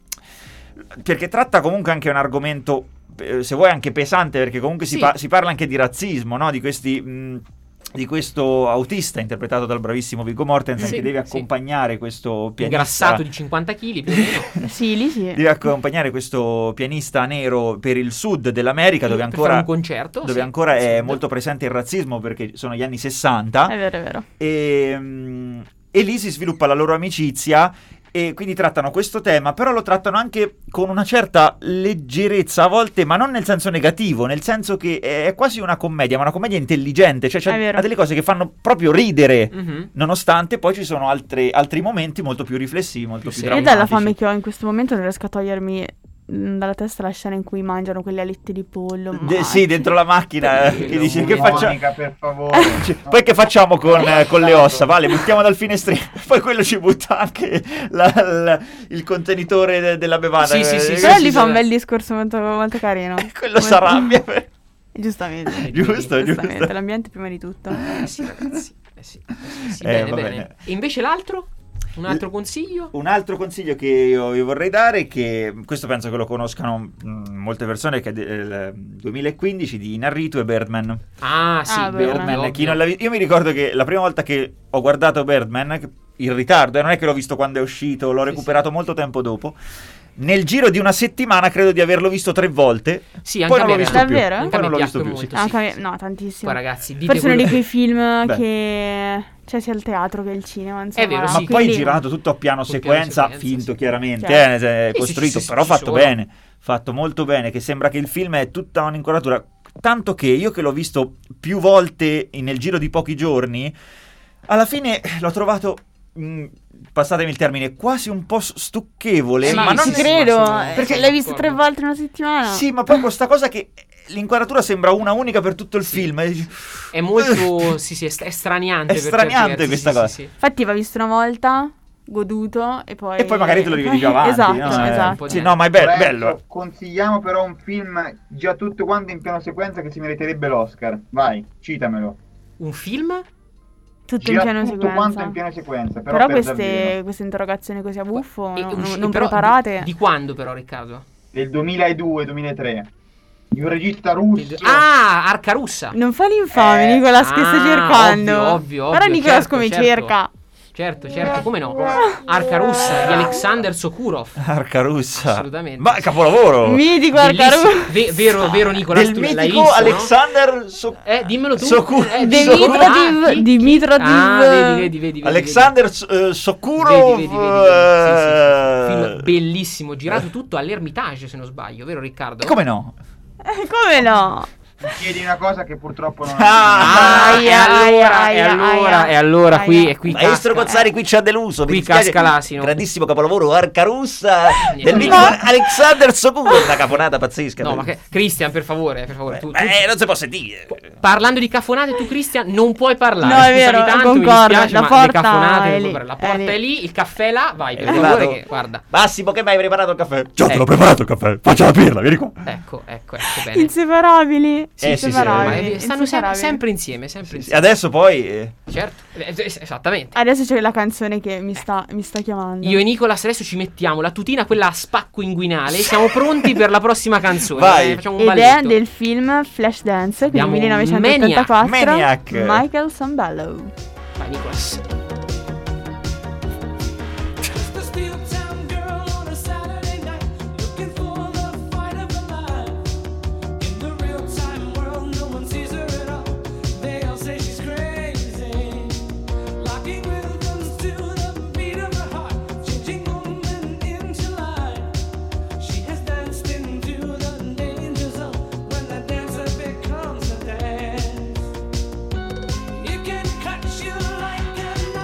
perché tratta comunque anche un argomento, eh, se vuoi anche pesante, perché comunque si, Sì. pa- si parla anche di razzismo, no? Di questi... mh, di questo autista interpretato dal bravissimo Viggo Mortensen Sì, che deve sì. accompagnare questo pianista Ingrassato di cinquanta chili più o meno. Sì, lì sì. deve accompagnare questo pianista nero per il sud dell'America dove Per ancora, fare un concerto, dove sì, ancora è sud. molto presente il razzismo perché sono gli anni sessanta. È vero, è vero. E, mm, e lì si sviluppa la loro amicizia e quindi trattano questo tema, però lo trattano anche con una certa leggerezza a volte, ma non nel senso negativo, nel senso che è quasi una commedia, ma una commedia intelligente, cioè È c'è, vero. ha delle cose che fanno proprio ridere, Mhm. nonostante poi ci sono altre- altri momenti molto più riflessivi, molto più Sì. Io drammatici. dalla fame che ho in questo momento non riesco a togliermi mh, dalla testa la scena in cui mangiano quelle alette di pollo. De- ma- sì, dentro la macchina eh, che dici che facciamo? Monica, per favore. Cioè, poi che facciamo con, eh, con le ossa? Vale, buttiamo dal finestrino. Poi quello ci butta anche la- la- il contenitore de- della bevanda. Sì, sì, sì, Eh, Però sì, lì sì, fa sì. un bel discorso molto, molto carino. quello si arrabbia. Giustamente. Giusto, Giustamente, giusto. l'ambiente prima di tutto. Eh sì, ragazzi. Eh sì, eh sì, sì, Eh, bene, va bene. bene. E invece l'altro? Un altro consiglio? Un altro consiglio che io vi vorrei dare è che questo penso che lo conoscano mh, molte persone, che è del duemilaquindici di Inarritu e Birdman. Ah, sì, Ah, ovvio, Birdman, ovvio. Chi non l'ha vi- io mi ricordo che la prima volta che ho guardato Birdman, che- in ritardo, eh, non è che l'ho visto quando è uscito, l'ho Sì, recuperato molto tempo dopo. Nel giro di una settimana credo di averlo visto tre volte. Sì, anche poi a non l'ho me, visto davvero? più. Anche Poi a non me l'ho visto piacque più. sì. molto. Ah, sì, ca- sì. no, tantissimo. Poi ragazzi, dite Forse uno quello di quei film Beh. che c'è sia il teatro che il cinema, insomma. vero, Ma sì. poi Quindi- girato tutto a piano Con piano sequenza, sequenza, finto sì. chiaramente, Certo. eh, è Sì, sì, costruito, sì, sì, però ci fatto sono. bene, fatto molto bene, che sembra che il film è tutta un'inquadratura, tanto che io che l'ho visto più volte in- nel giro di pochi giorni, alla fine l'ho trovato, mh, passatemi il termine, quasi un po' s- stucchevole, Eh, ma ma non ci sì, credo, ma sono- perché sono l'hai visto tre d'accordo. volte in una settimana. Sì, ma poi questa cosa che l'inquadratura sembra una unica per tutto il Sì. film, e dici, È molto, sì, sì, è st- è straniante. È per straniante certi versi, questa sì, cosa. sì, sì. Infatti va visto una volta, goduto e poi... e poi magari te lo rivedi più avanti. Esatto, no? Eh, esatto. Sì, no, ma è be- Lorenzo, bello. Consigliamo però un film già tutto quanto in piano sequenza che si meriterebbe l'Oscar. Vai, citamelo. Un film? Tutto in Gira piano tutto quanto sequenza. in piano sequenza. Però, Però per queste, davvero. queste interrogazioni così a buffo, E- no- usci- non però preparate. Di, di quando però, Riccardo? Del duemiladue duemilatré. Di un regista russo. Ah, Arca Russa. Non fa l'infame, Eh, Nicolas, che stai ah, cercando. ovvio, ovvio, Però ovvio, Nicolas certo, come certo. cerca. Certo, certo, come no? Arca Russa di Alexander Sokurov. Arca Russa. Assolutamente. Ma capolavoro. Mitico Arca Bellissimo. Russa. Ve- vero, vero Nicolas, Del tu l'hai mitico visto, no? Alexander So- Eh, dimmelo tu. Sokur- Eh, Dimitrov- Ah, chi? Dimitrov- Ah, vedi, vedi, vedi, vedi. Alexander eh, Sokurov. Vedi, vedi, vedi, vedi. Sì, sì, sì, sì. eh, Film bellissimo, girato tutto all'Ermitage, se non sbaglio, vero Riccardo? E come no? Eh, come no? Mi chiedi una cosa che purtroppo non Ah, Ah, e Aia, allora, aia, e aia, allora, aia. e allora qui, Aia. e qui Maestro casca. Cozzari qui ci ha deluso. Qui mi dispiace. casca l'asino. Grandissimo capolavoro Arca Russa Niente. del mitico Alexander Sokurov. Una caponata pazzesca. No, ma che... Cristian, per favore, per favore. Tu, tu- Eh, non si può sentire. Parlando di cafonate, tu Cristian non puoi parlare. No, è Scusami vero, tanto, concordo. mi dispiace, La ma porta le cafonate è non lì, puoi parlare. La è porta è lì. lì, il caffè là, vai, per È favore arrivato. che, guarda. Massimo, che mi hai preparato il caffè? Già te l'ho preparato il caffè. Faccia la pirla, vieni qua. Ecco, ecco, ecco bene. Inseparabili. Sì, sì, sì, Inseparabili. ma Ma è- stanno sempre, Inseparabili. sempre insieme, sempre E insieme. adesso poi eh, Certo, eh, eh, esattamente. Adesso c'è la canzone che mi sta, mi sta chiamando. Io e Nicolas adesso ci mettiamo la tutina, quella a spacco inguinale. Siamo pronti per la prossima canzone. Vai. Eh, facciamo un Ed è balletto. del film Flashdance, quindi Abbiamo millenovecentottantaquattro. Maniac. Michael Sambello. Vai, Nicolas. The steel town girl on a Saturday night, looking for the fight of her life. In the real time world, no one sees her at all. They all say she's crazy, locking rhythms to the beat of her heart, changing moment into life. She has danced into the danger zone when the dancer becomes a dance. It can cut you like a knife.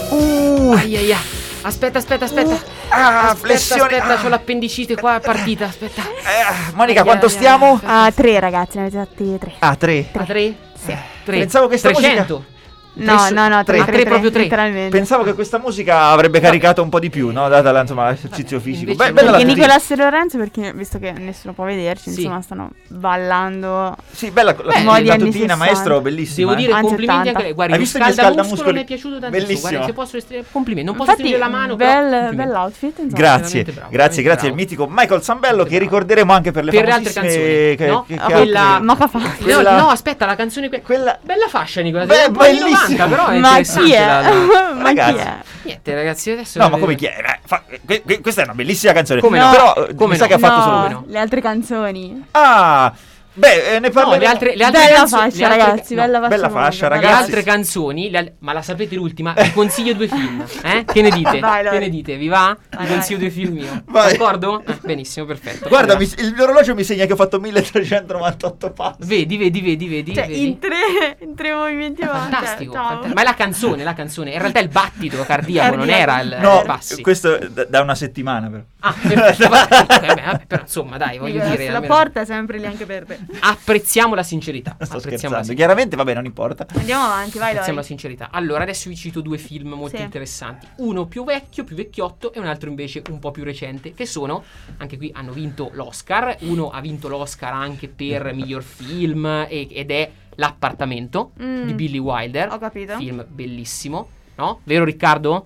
Uh, Ai ai ai. Aspetta, aspetta, aspetta. ah, aspetta, flessione. aspetta, Ah. c'ho l'appendicite qua, è partita, aspetta. Eh, Monica, Ai, quanto ai, stiamo? ai. Ah, tre ragazzi, ne avete datti tre. Ah, tre. A tre? Sì. Tre. Pensavo che sta trecento. musica- No, Tre- no, no, tre, tre. Ah, tre, proprio tre. letteralmente. Pensavo che questa musica avrebbe caricato un po' di più, no? Data la, insomma, l'esercizio fisico. invece Beh, no. bella la Perché tutina. Nicolas e Lorenzo, perché visto che nessuno può vederci, Sì. insomma, stanno ballando. Sì, bella la, Beh, la modi anni tutina, sessanta. maestro, bellissima. Devo dire Anzi, complimenti ottanta. anche a lei. Guardi, Hai lo visto i miei scaldamuscolo scaldamuscoli? mi è piaciuto tantissimo. Bellissimo. Guarda, se posso esprimere complimenti, non posso Infatti, stringere la mano, bel, però complimenti. bell'outfit, insomma. Grazie, veramente bravo, grazie, veramente grazie al bravo. mitico Michael Zambello, che bravo. ricorderemo anche per le Per le altre famosissime canzoni, che, no? che, che Ah, quella- altre- Ma fa fa. Quella- No, no, aspetta, la canzone que- Quella- Bella fascia, Nicola. Beh, sei un po' anni bellissima. novanta, però è Ma interessante chi è? la- la- Ma Ragazzi. chi è? Niente, ragazzi, adesso No, ma come chi è? Eh, fa- que- que- questa è una bellissima canzone. Come no? Però eh, Come mi sa no? che ha fatto No, solo come no? le altre canzoni. Ah, beh, eh, ne No, parleremo. le altre, le altre Bella canzo- fascia, le altre- ragazzi, no, bella fascia. bella lunga, fascia, bella Le ragazzi. altre canzoni, le al- ma la sapete l'ultima? Vi consiglio due film. Eh? Che ne dite? Vai, che Lori. ne dite? Vi va? Vi Vai, consiglio vai. due film io. Vai. D'accordo? Eh, benissimo, perfetto. Guarda, Allora, mi- il mio orologio mi segna che ho fatto milletrecentonovantotto passi. vedi, vedi, vedi, vedi. Cioè, vedi? in tre, in tre movimenti avanti. Fantastico, Ciao. fanta- ma è la canzone, la canzone. In realtà è il battito cardiaco, non Cardiaco. era il No, i passi. questo è da, da una settimana però. Ah, perfetto. vabbè, vabbè, vabbè, però insomma, dai, voglio Nicolas, dire, la almeno- porta è sempre lì anche per te. apprezziamo la sincerità. Sto apprezziamo la scherzando. sincerità. Chiaramente, vabbè, non importa. Andiamo avanti, vai Apprezziamo la Lori. sincerità. Allora, adesso vi cito due film molto Sì. interessanti. Uno più vecchio, più vecchiotto, e un altro invece un po' più recente, che sono, anche qui hanno vinto l'Oscar. Uno ha vinto l'Oscar anche per miglior film e- ed è L'appartamento Mm. di Billy Wilder. Ho capito. Film bellissimo, no? Vero Riccardo?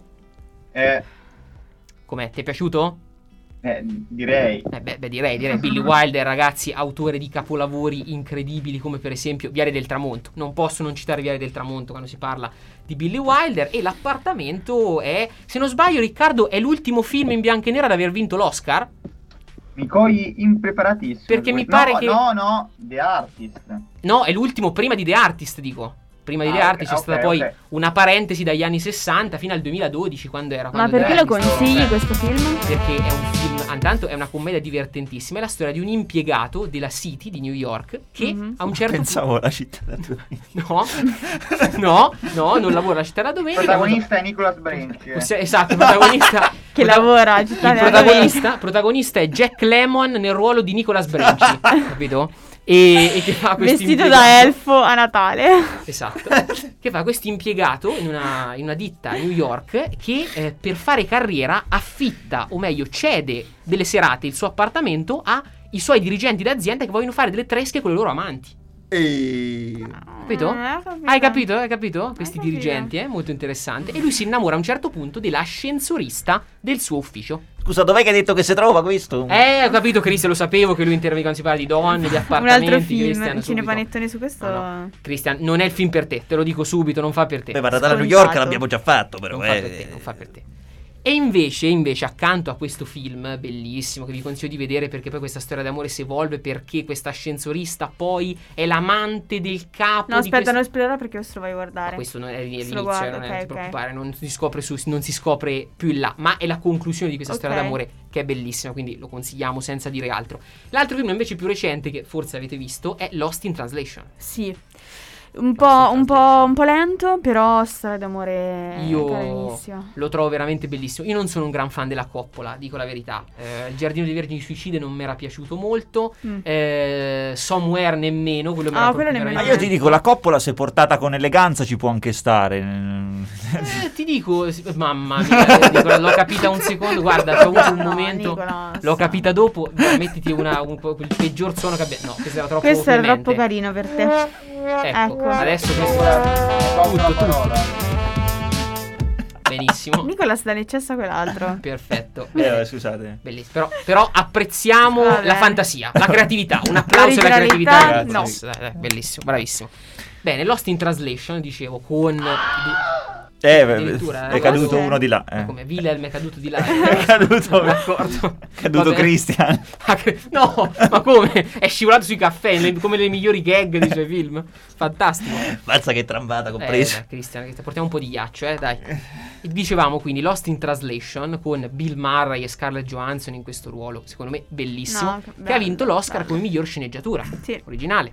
Eh, Com'è? Ti è piaciuto? eh, direi. Eh beh, beh, direi, direi. Billy Wilder, ragazzi, autore di capolavori incredibili come per esempio Viale del Tramonto. Non posso non citare Viale del Tramonto quando si parla di Billy Wilder. E L'appartamento è, se non sbaglio, Riccardo, è l'ultimo film in bianco e nero ad aver vinto l'Oscar. Mi cogli impreparatissimo. Perché mi No, pare che- No, no, The Artist. No, è l'ultimo prima di The Artist, dico. Prima di Ah, The ok, Artist c'è ok, stata poi ok. una parentesi dagli anni sessanta fino al duemiladodici, quando era. Ma quando perché The lo Artist- consigli eh, questo film? Perché è un film, intanto è una commedia divertentissima, è la storia di un impiegato della City di New York che Mhm. a un certo Pensavo alla città da Turin. punto... No, no, no, non lavora alla città la Il domenica. protagonista è Nicolas Branch. Ossia- Esatto, il protagonista... Che lavora a Città Il della protagonista, protagonista è Jack Lemmon nel ruolo di Nicolas Branchi, capito? E, e che fa questo Vestito impiegato- da elfo a Natale. Esatto. Che fa questo impiegato in una, in una ditta a New York che eh, per fare carriera affitta, o meglio cede delle serate, il suo appartamento ai suoi dirigenti d'azienda che vogliono fare delle tresche con le loro amanti. E... Capito? Eh, ho capito. Hai capito? Hai capito? Questi capito. dirigenti, eh? Molto interessante. E lui si innamora a un certo punto dell'ascensorista del suo ufficio. Scusa, dov'è che hai detto che si trova questo? Eh, ho capito, Cristian, lo sapevo che lui interviene quando si parla di donne, di Un appartamenti. altro film, Christian, un subito. cinepanettone su questo. No, no. Cristian, non è il film per te, te lo dico subito, non fa per te. Beh, ma Natale a New Scontato. York l'abbiamo già fatto, però. Non fa eh. per te, non fa per te. E invece, invece, accanto a questo film bellissimo che vi consiglio di vedere perché poi questa storia d'amore si evolve perché questa ascensorista poi è l'amante del capo No, di aspetta, questa... non spoilerò perché questo lo vai a guardare. Ma questo non è l'inizio, lo guardo, non, è, ok, non ti ok. preoccupare, non si scopre su, non si scopre più in là, ma è la conclusione di questa storia Ok. d'amore che è bellissima, quindi lo consigliamo senza dire altro. L'altro film invece più recente che forse avete visto è Lost in Translation. Sì. Un po', un, po', un po' lento, però storia d'amore Io carinissima. lo trovo veramente bellissimo. Io non sono un gran fan della Coppola, dico la verità. Eh, il Giardino dei Vergini Suicide non mi era piaciuto molto. Mm. Eh, Somewhere nemmeno. Quello mi Ah, era quello proprio nemmeno. Ma io ti dico, la coppola se portata con eleganza ci può anche stare. Eh, ti dico, sì, mamma mia, eh, Nicola, l'ho capita un secondo. Guarda, c'ho avuto un No, momento. Nicolas. L'ho capita dopo. Mettiti una, un, quel peggior suono che abbia. No, questo era troppo Questo era clemente. troppo carino per te. Ecco, Ecco. adesso questo Tolgo la parola. benissimo. Nicolas dà l'eccesso a quell'altro. Perfetto. Eh, scusate. Bellissimo. Però, però apprezziamo Vabbè. la fantasia, la creatività. Un applauso alla creatività. L'originalità, No, dai, dai, bellissimo, bravissimo. Bene, Lost in Translation, dicevo, con... Eh, Addirittura, è eh, caduto cos'è? uno di là. Ma Eh. come Wilhelm è caduto di là. È caduto, D'accordo. è caduto Vabbè. Christian. Ah, che- No, ma come? È scivolato sui caffè, le- come le migliori gag dei suoi film. Fantastico. Mazza che trambata che ho Eh, preso. dai, Cristian, che portiamo un po' di ghiaccio, eh, dai. E dicevamo quindi Lost in Translation con Bill Murray e Scarlett Johansson in questo ruolo, secondo me bellissimo, No, che che bello, ha vinto l'Oscar bello. come miglior sceneggiatura Sì. originale.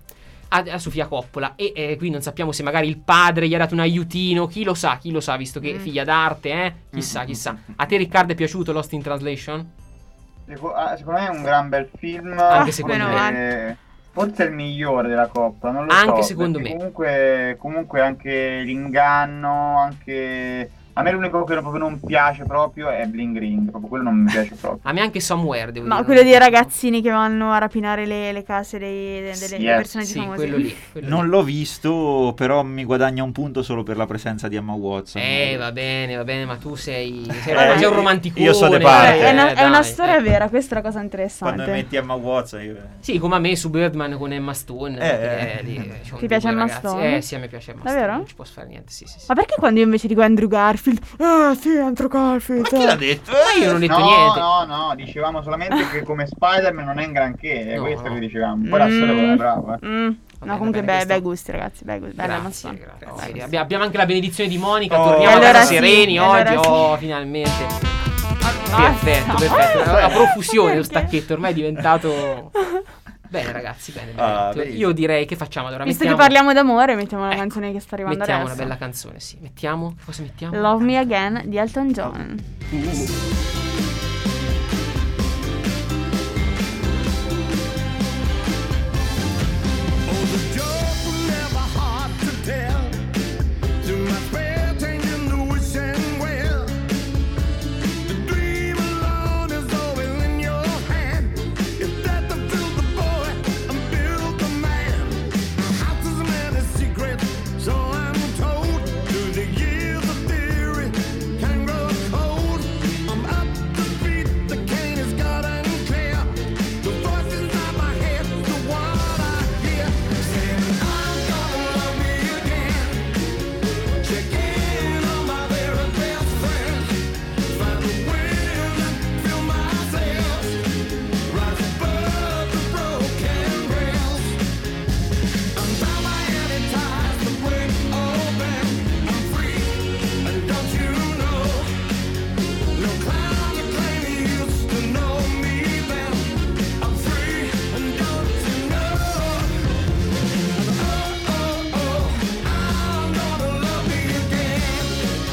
a, a Sofia Coppola e eh, qui non sappiamo se magari il padre gli ha dato un aiutino, chi lo sa, chi lo sa, visto che è figlia d'arte, eh? Chissà, chissà. A te Riccardo è piaciuto Lost in Translation? Secondo me è un gran bel film. Anche secondo me. Forse è il migliore della Coppola, non lo anche so. secondo me. Comunque, comunque anche l'inganno, anche... A me l'unico che proprio non piace proprio è Bling Ring, proprio quello non mi piace proprio. A me anche Somewhere, devo Ma dire. quello dei ragazzini che vanno a rapinare le, le case dei, delle, Sì, dei eh, personaggi sì, famosi. quello lì. Quello Non lì. l'ho visto, però mi guadagna un punto solo per la presenza di Emma Watson. Eh, va bene, va bene, ma tu sei, sei, Eh, sei un romanticone. io so de parte. eh, È una, è una dai, storia eh. vera, questa è la cosa interessante. Quando metti Emma Watson io... Sì, come a me su Birdman con Emma Stone. Eh, eh, eh. lì, eh, ci sono Ti piace due Emma ragazzi. Stone? Eh, sì, a me piace Emma Davvero? Stone, non ci posso fare niente, sì, sì, sì. Ma perché quando io invece dico Andrew Garfield? Ah, sì, Andrew Garfield. Ma chi l'ha detto? Ma io non ho detto no, niente. no, no, dicevamo solamente che come Spider-Man non è un granché, è No. questo che dicevamo. Poi la storia è brava. eh. Mm. bene, No, comunque bene, bei, questo- bei gusti, ragazzi. Bei gusti. Bella Emma Grazie, Stone. grazie. Bei Sì, gusti. abbiamo, abbiamo anche la benedizione di Monica. Oh. Torniamo a Allora casa sì, sereni allora oggi. sì. Oh, finalmente. Ah, Perfetto, no. perfetto. La profusione, lo Perché? stacchetto ormai è diventato. Bene, ragazzi, bene. bene. Ah, Io- vedi. Io direi che facciamo allora. Visto mettiamo, che parliamo d'amore, mettiamo una Ecco, canzone che sta arrivando mettiamo adesso. una bella canzone, sì. Mettiamo. Che cosa mettiamo? Love Me Again di Elton John. So I'm told, through the years of theory can grow cold. I'm up to beat, the cane is gotten clear. The voice inside my head, the one I hear, saying I'm gonna love me again. Check in on my very best friend. Find the wind and feel myself. Rise above the broken rails. I'm bound by any ties that break open. I'm free, and don't you know? No clown to claim he used to know me then. I'm free, and don't you know? Oh, oh, oh, I'm gonna love me again.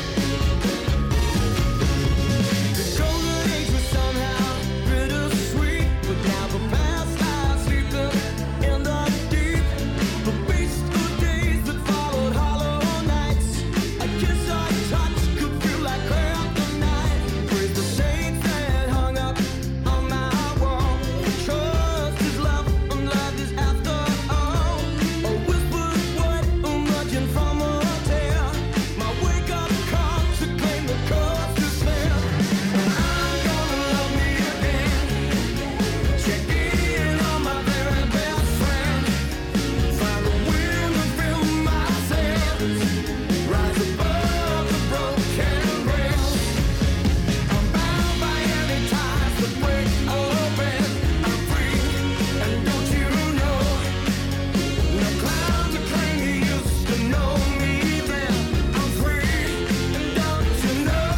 The golden age was somehow bittersweet, but now the past lies sleeping in the deep. The beast of days that followed hollow nights. A kiss or touch could feel like kryptonite. Praise the saints that hung up on my wall. Trust is love, and love is after all. A whispered word emerging from a tear. My wake up call to claim the cost is fair. I'm gonna love me again. Check in on my very best friend. Find the wind and feel myself. Rise above the broken rails. I'm bound by any ties that break open. I'm free, and don't you know? No clown to claim he used to know me then. I'm free, and don't you know?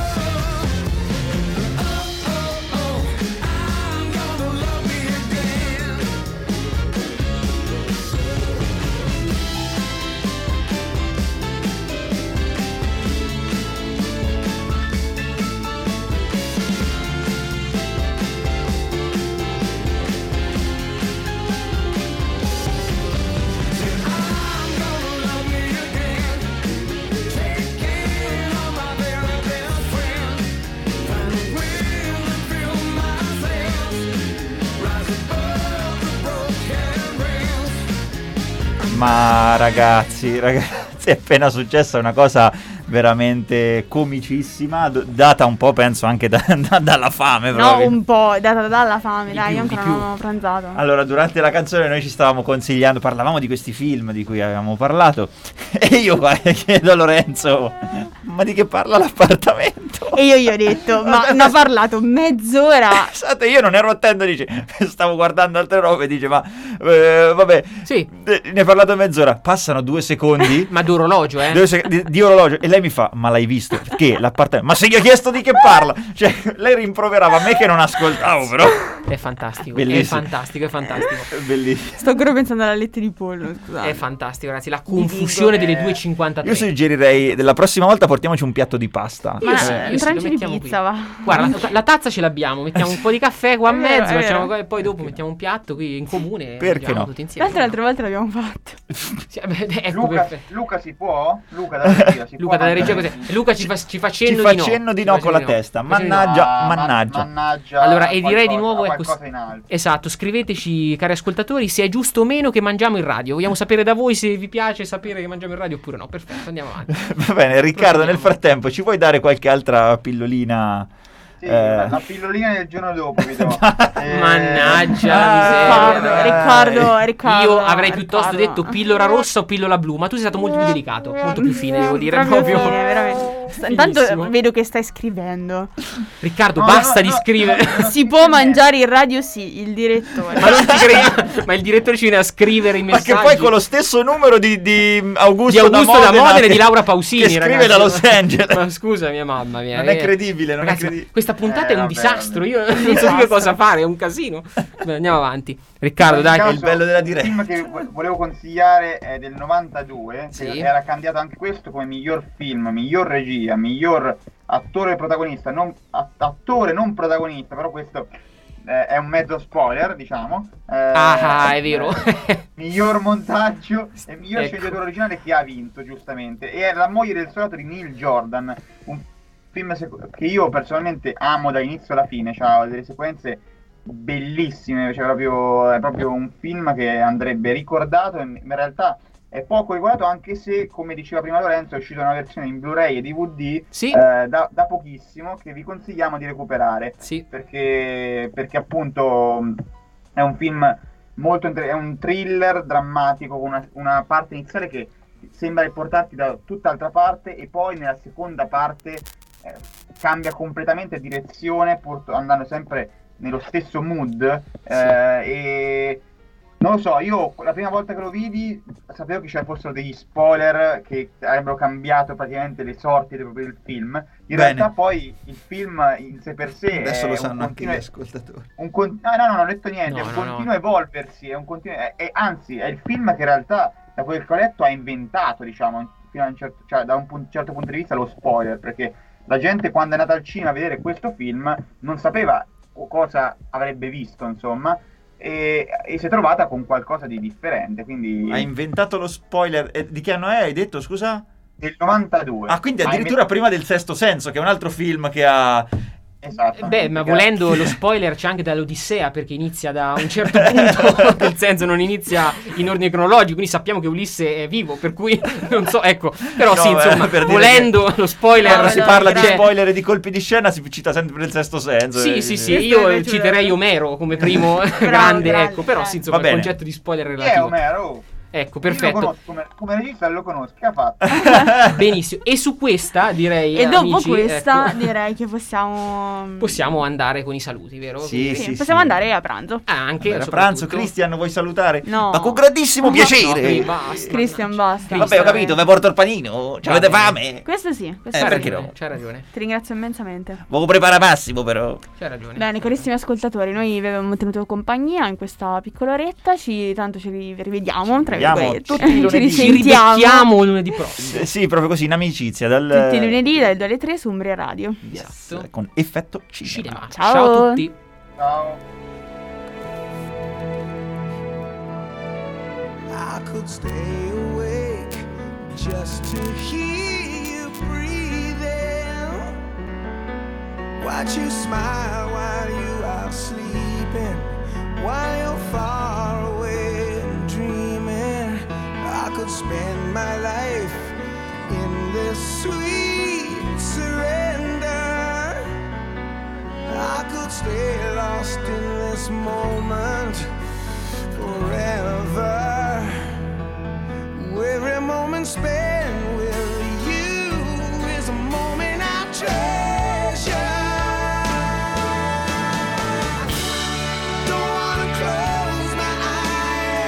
Oh, oh, oh, I'm gonna love me again. I'm gonna love me again. Take in on my very best friend. Find the wind and feel myself. Rise above the broken rails. Ma ragazzi, ragazzi, è appena successa una cosa veramente comicissima, d- data un po' penso anche da- da- dalla fame No, proprio. un po', data dalla fame, Di dai, più, io di ancora più. non ho pranzato. Allora, durante la canzone noi ci stavamo consigliando, parlavamo di questi film di cui avevamo parlato e io qua chiedo a Lorenzo, ma di che parla l'appartamento? E io gli ho detto, ma ne ha parlato mezz'ora. Esatto, io non ero attento, dice, stavo guardando altre robe, dice, ma Eh, vabbè, Sì. Eh, ne hai parlato mezz'ora. Passano due secondi. Ma d'orologio, eh. Due sec- di, di orologio. E lei mi fa: ma l'hai visto? Che? L'appartamento? Ma se gli ho chiesto di che parla? Cioè, lei rimproverava me che non ascoltavo, però. È fantastico. Bellissimo. È fantastico, è fantastico. Bellissimo. Sto ancora pensando alla letta di pollo, scusate. È fantastico, ragazzi. La confusione delle due e cinquantatré. Io suggerirei della prossima volta portiamoci un piatto di pasta. Ma Io sì, un io sì, lo trancio di mettiamo pizza, qui. va. Guarda, la, la tazza ce l'abbiamo, mettiamo un po' di caffè qua a È vero, mezzo, è facciamo vero. e poi dopo mettiamo un piatto qui in comune. e Perché mangiamo no? tutti Tra insieme. l'altro le altre volte l'abbiamo fatto. Sì, beh, ecco, Luca, perfetto. Luca si può? Luca dalla regia si Luca può dalla regia mangiare? cos'è? Luca ci fa, ci fa Ci cenno fa di no. cenno di Ci no fa con cenno la di testa. Fa cenno di no. Mannaggia, Ah, man- mannaggia. mannaggia. Allora, e direi qualcosa- di nuovo ecco, qualcosa in alto. esatto, scriveteci cari ascoltatori se è giusto o meno che mangiamo in radio. Vogliamo sapere da voi se vi piace sapere che mangiamo in radio oppure no. Perfetto, andiamo avanti. Va bene, Riccardo, nel Proseguiamo. frattempo ci vuoi dare qualche altra pillolina? Sì, Eh. la pillolina del giorno dopo vi do. Eh, Mannaggia Ah, la Riccardo, miseria. Riccardo, Riccardo. Io avrei piuttosto Riccardo. detto pillola rossa o pillola blu, ma tu sei stato molto più delicato, molto più fine, devo dire. Proprio Proprio. fine, veramente. Sta- Intanto Finissimo. vedo che stai scrivendo. Riccardo, No, basta no, di no. scrivere. Si può mangiare in radio? Sì, il direttore. Ma non ti credo. Ma il direttore ci viene a scrivere i Ma messaggi. che poi con lo stesso numero di, di Augusto, di Augusto da Modena e che- di Laura Pausini, che scrive ragazzi. da Los Angeles. Ma scusa, mia mamma mia. Non è eh. credibile, non è Ragazzi, credibile. questa puntata Eh, è un vabbè, disastro. Io vabbè. non so più che Disastro. cosa fare, è un casino. Beh, andiamo avanti. Riccardo, In dai. caso, è il bello della diretta. Il film che vo- volevo consigliare è del novantadue, Sì. che era candidato anche questo come miglior film, miglior regia, miglior attore protagonista, non, a- attore non protagonista, però questo eh, è un mezzo spoiler, diciamo. Eh, Ah, è vero. eh, miglior montaggio e miglior Ecco. sceneggiatore originale che ha vinto, giustamente. E è La moglie del soldato di Neil Jordan, un film sec- che io personalmente amo dall'inizio alla fine, ha delle sequenze bellissime, cioè proprio, è proprio un film che andrebbe ricordato e in realtà è poco ricordato, anche se, come diceva prima Lorenzo, è uscita una versione in Blu-ray e D V D Sì. eh, da, da pochissimo, che vi consigliamo di recuperare, Sì. perché, perché appunto mh, è un film molto inter- è un thriller drammatico con una, una parte iniziale che sembra riportarti da tutt'altra parte e poi nella seconda parte eh, cambia completamente direzione pur andando sempre nello stesso mood eh, e non lo so, io la prima volta che lo vidi sapevo che ci fossero degli spoiler che avrebbero cambiato praticamente le sorti del, del film. In Bene. realtà poi il film in sé per sé Adesso è lo un sanno anche gli continuo- ascoltatori. un con- no, no, no, non ho detto niente, No, è un no, continuo no. evolversi, è un continuo, è- è- anzi è il film che in realtà, da quel che ho letto, ha inventato, diciamo, fino a un certo, cioè, da un pun- certo punto di vista lo spoiler, perché la gente quando è andata al cinema a vedere questo film non sapeva co- cosa avrebbe visto, insomma, e, e si è trovata con qualcosa di differente, quindi Ha inventato lo spoiler. E di che anno è? Hai detto, scusa? del novantadue. Ah, quindi Ha addirittura inventato- prima del Sesto Senso, che è un altro film che ha... Esatto. Beh, ma volendo lo spoiler c'è anche dall'Odissea, perché inizia da un certo punto, nel senso non inizia in ordine cronologico, quindi sappiamo che Ulisse è vivo, per cui non so, ecco, però No, sì, eh, insomma, per dire volendo lo spoiler Quando si parla di c'è. spoiler e di colpi di scena si cita sempre il Sesto Senso. Sì, eh, sì, sì, Questo io invece citerei è- Omero come primo grande, grande, ecco, però eh. sì, insomma, Va il bene. concetto di spoiler Chi è relativo. Omero? Ecco, Io lo perfetto. conosco, come, come regista lo conosco, che ha fatto? Benissimo. E su questa direi E dopo amici, questa ecco, direi che possiamo possiamo andare con i saluti, vero? Sì, Quindi- sì, sì, possiamo sì. andare a pranzo. Ah, anche Era pranzo, soprattutto. Cristian, vuoi salutare? No. Ma con grandissimo No, piacere. quindi basta. Christian, basta. Vabbè, ho capito, vi porto il panino. Ci Va avete bene. fame? Questo sì, questo Eh, sì. C'hai perché ragione, no? C'hai ragione, Ti ringrazio immensamente. Volevo preparare Massimo, però. c'hai ragione. Bene, carissimi ascoltatori, noi vi abbiamo tenuto compagnia in questa piccola oretta, ci, tanto ci ri- rivediamo, tra vediamo virgolette. tutti i lunedì. Ci Ci risentiamo ribecchiamo lunedì prossimo. Eh, sì, proprio così, in amicizia. Dal... tutti i lunedì dalle due alle tre su Umbria Radio. Yes, Esatto. con effetto cinema. Cinema. Ciao. Ciao a tutti. Ciao. I could stay awake just to hear you breathing. Watch you smile while you are sleeping, while you're far away and dreaming. I could spend my life in this sweet surrender. I could stay lost in this moment forever. Every moment spent with you is a moment I treasure. Don't wanna close my eyes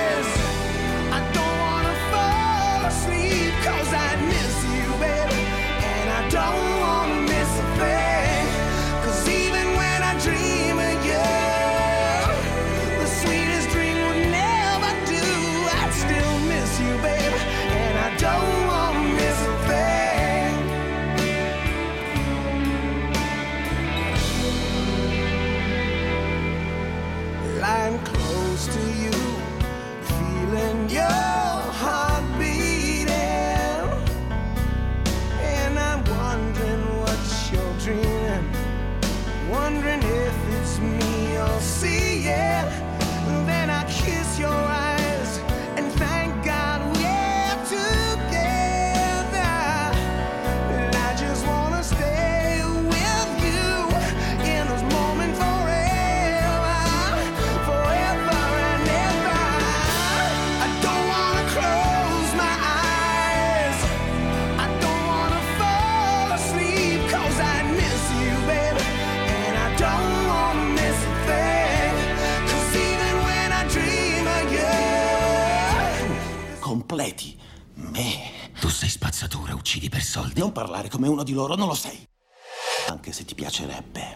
wondering if it's me you'll see, yeah. Then I kiss your eyes and thank God we're together. And I just wanna stay with you in this moment forever, forever and ever. I don't wanna close my eyes, I don't wanna fall asleep, 'cause I miss you, baby, and I don't wanna miss a thing, 'cause even when I dream of you. Completi me. Tu sei spazzatura, uccidi per soldi. Non parlare come uno di loro, non lo sei. Anche se ti piacerebbe.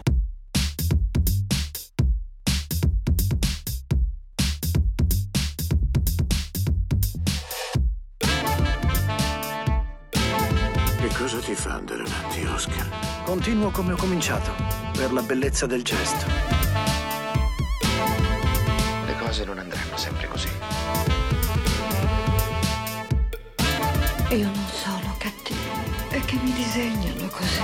Che cosa ti fa andare avanti, Oscar? Continuo come ho cominciato, per la bellezza del gesto. Le cose non andranno sempre così. Io non sono cattivo, è che mi disegnano così.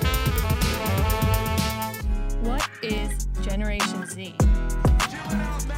What is Generation Z?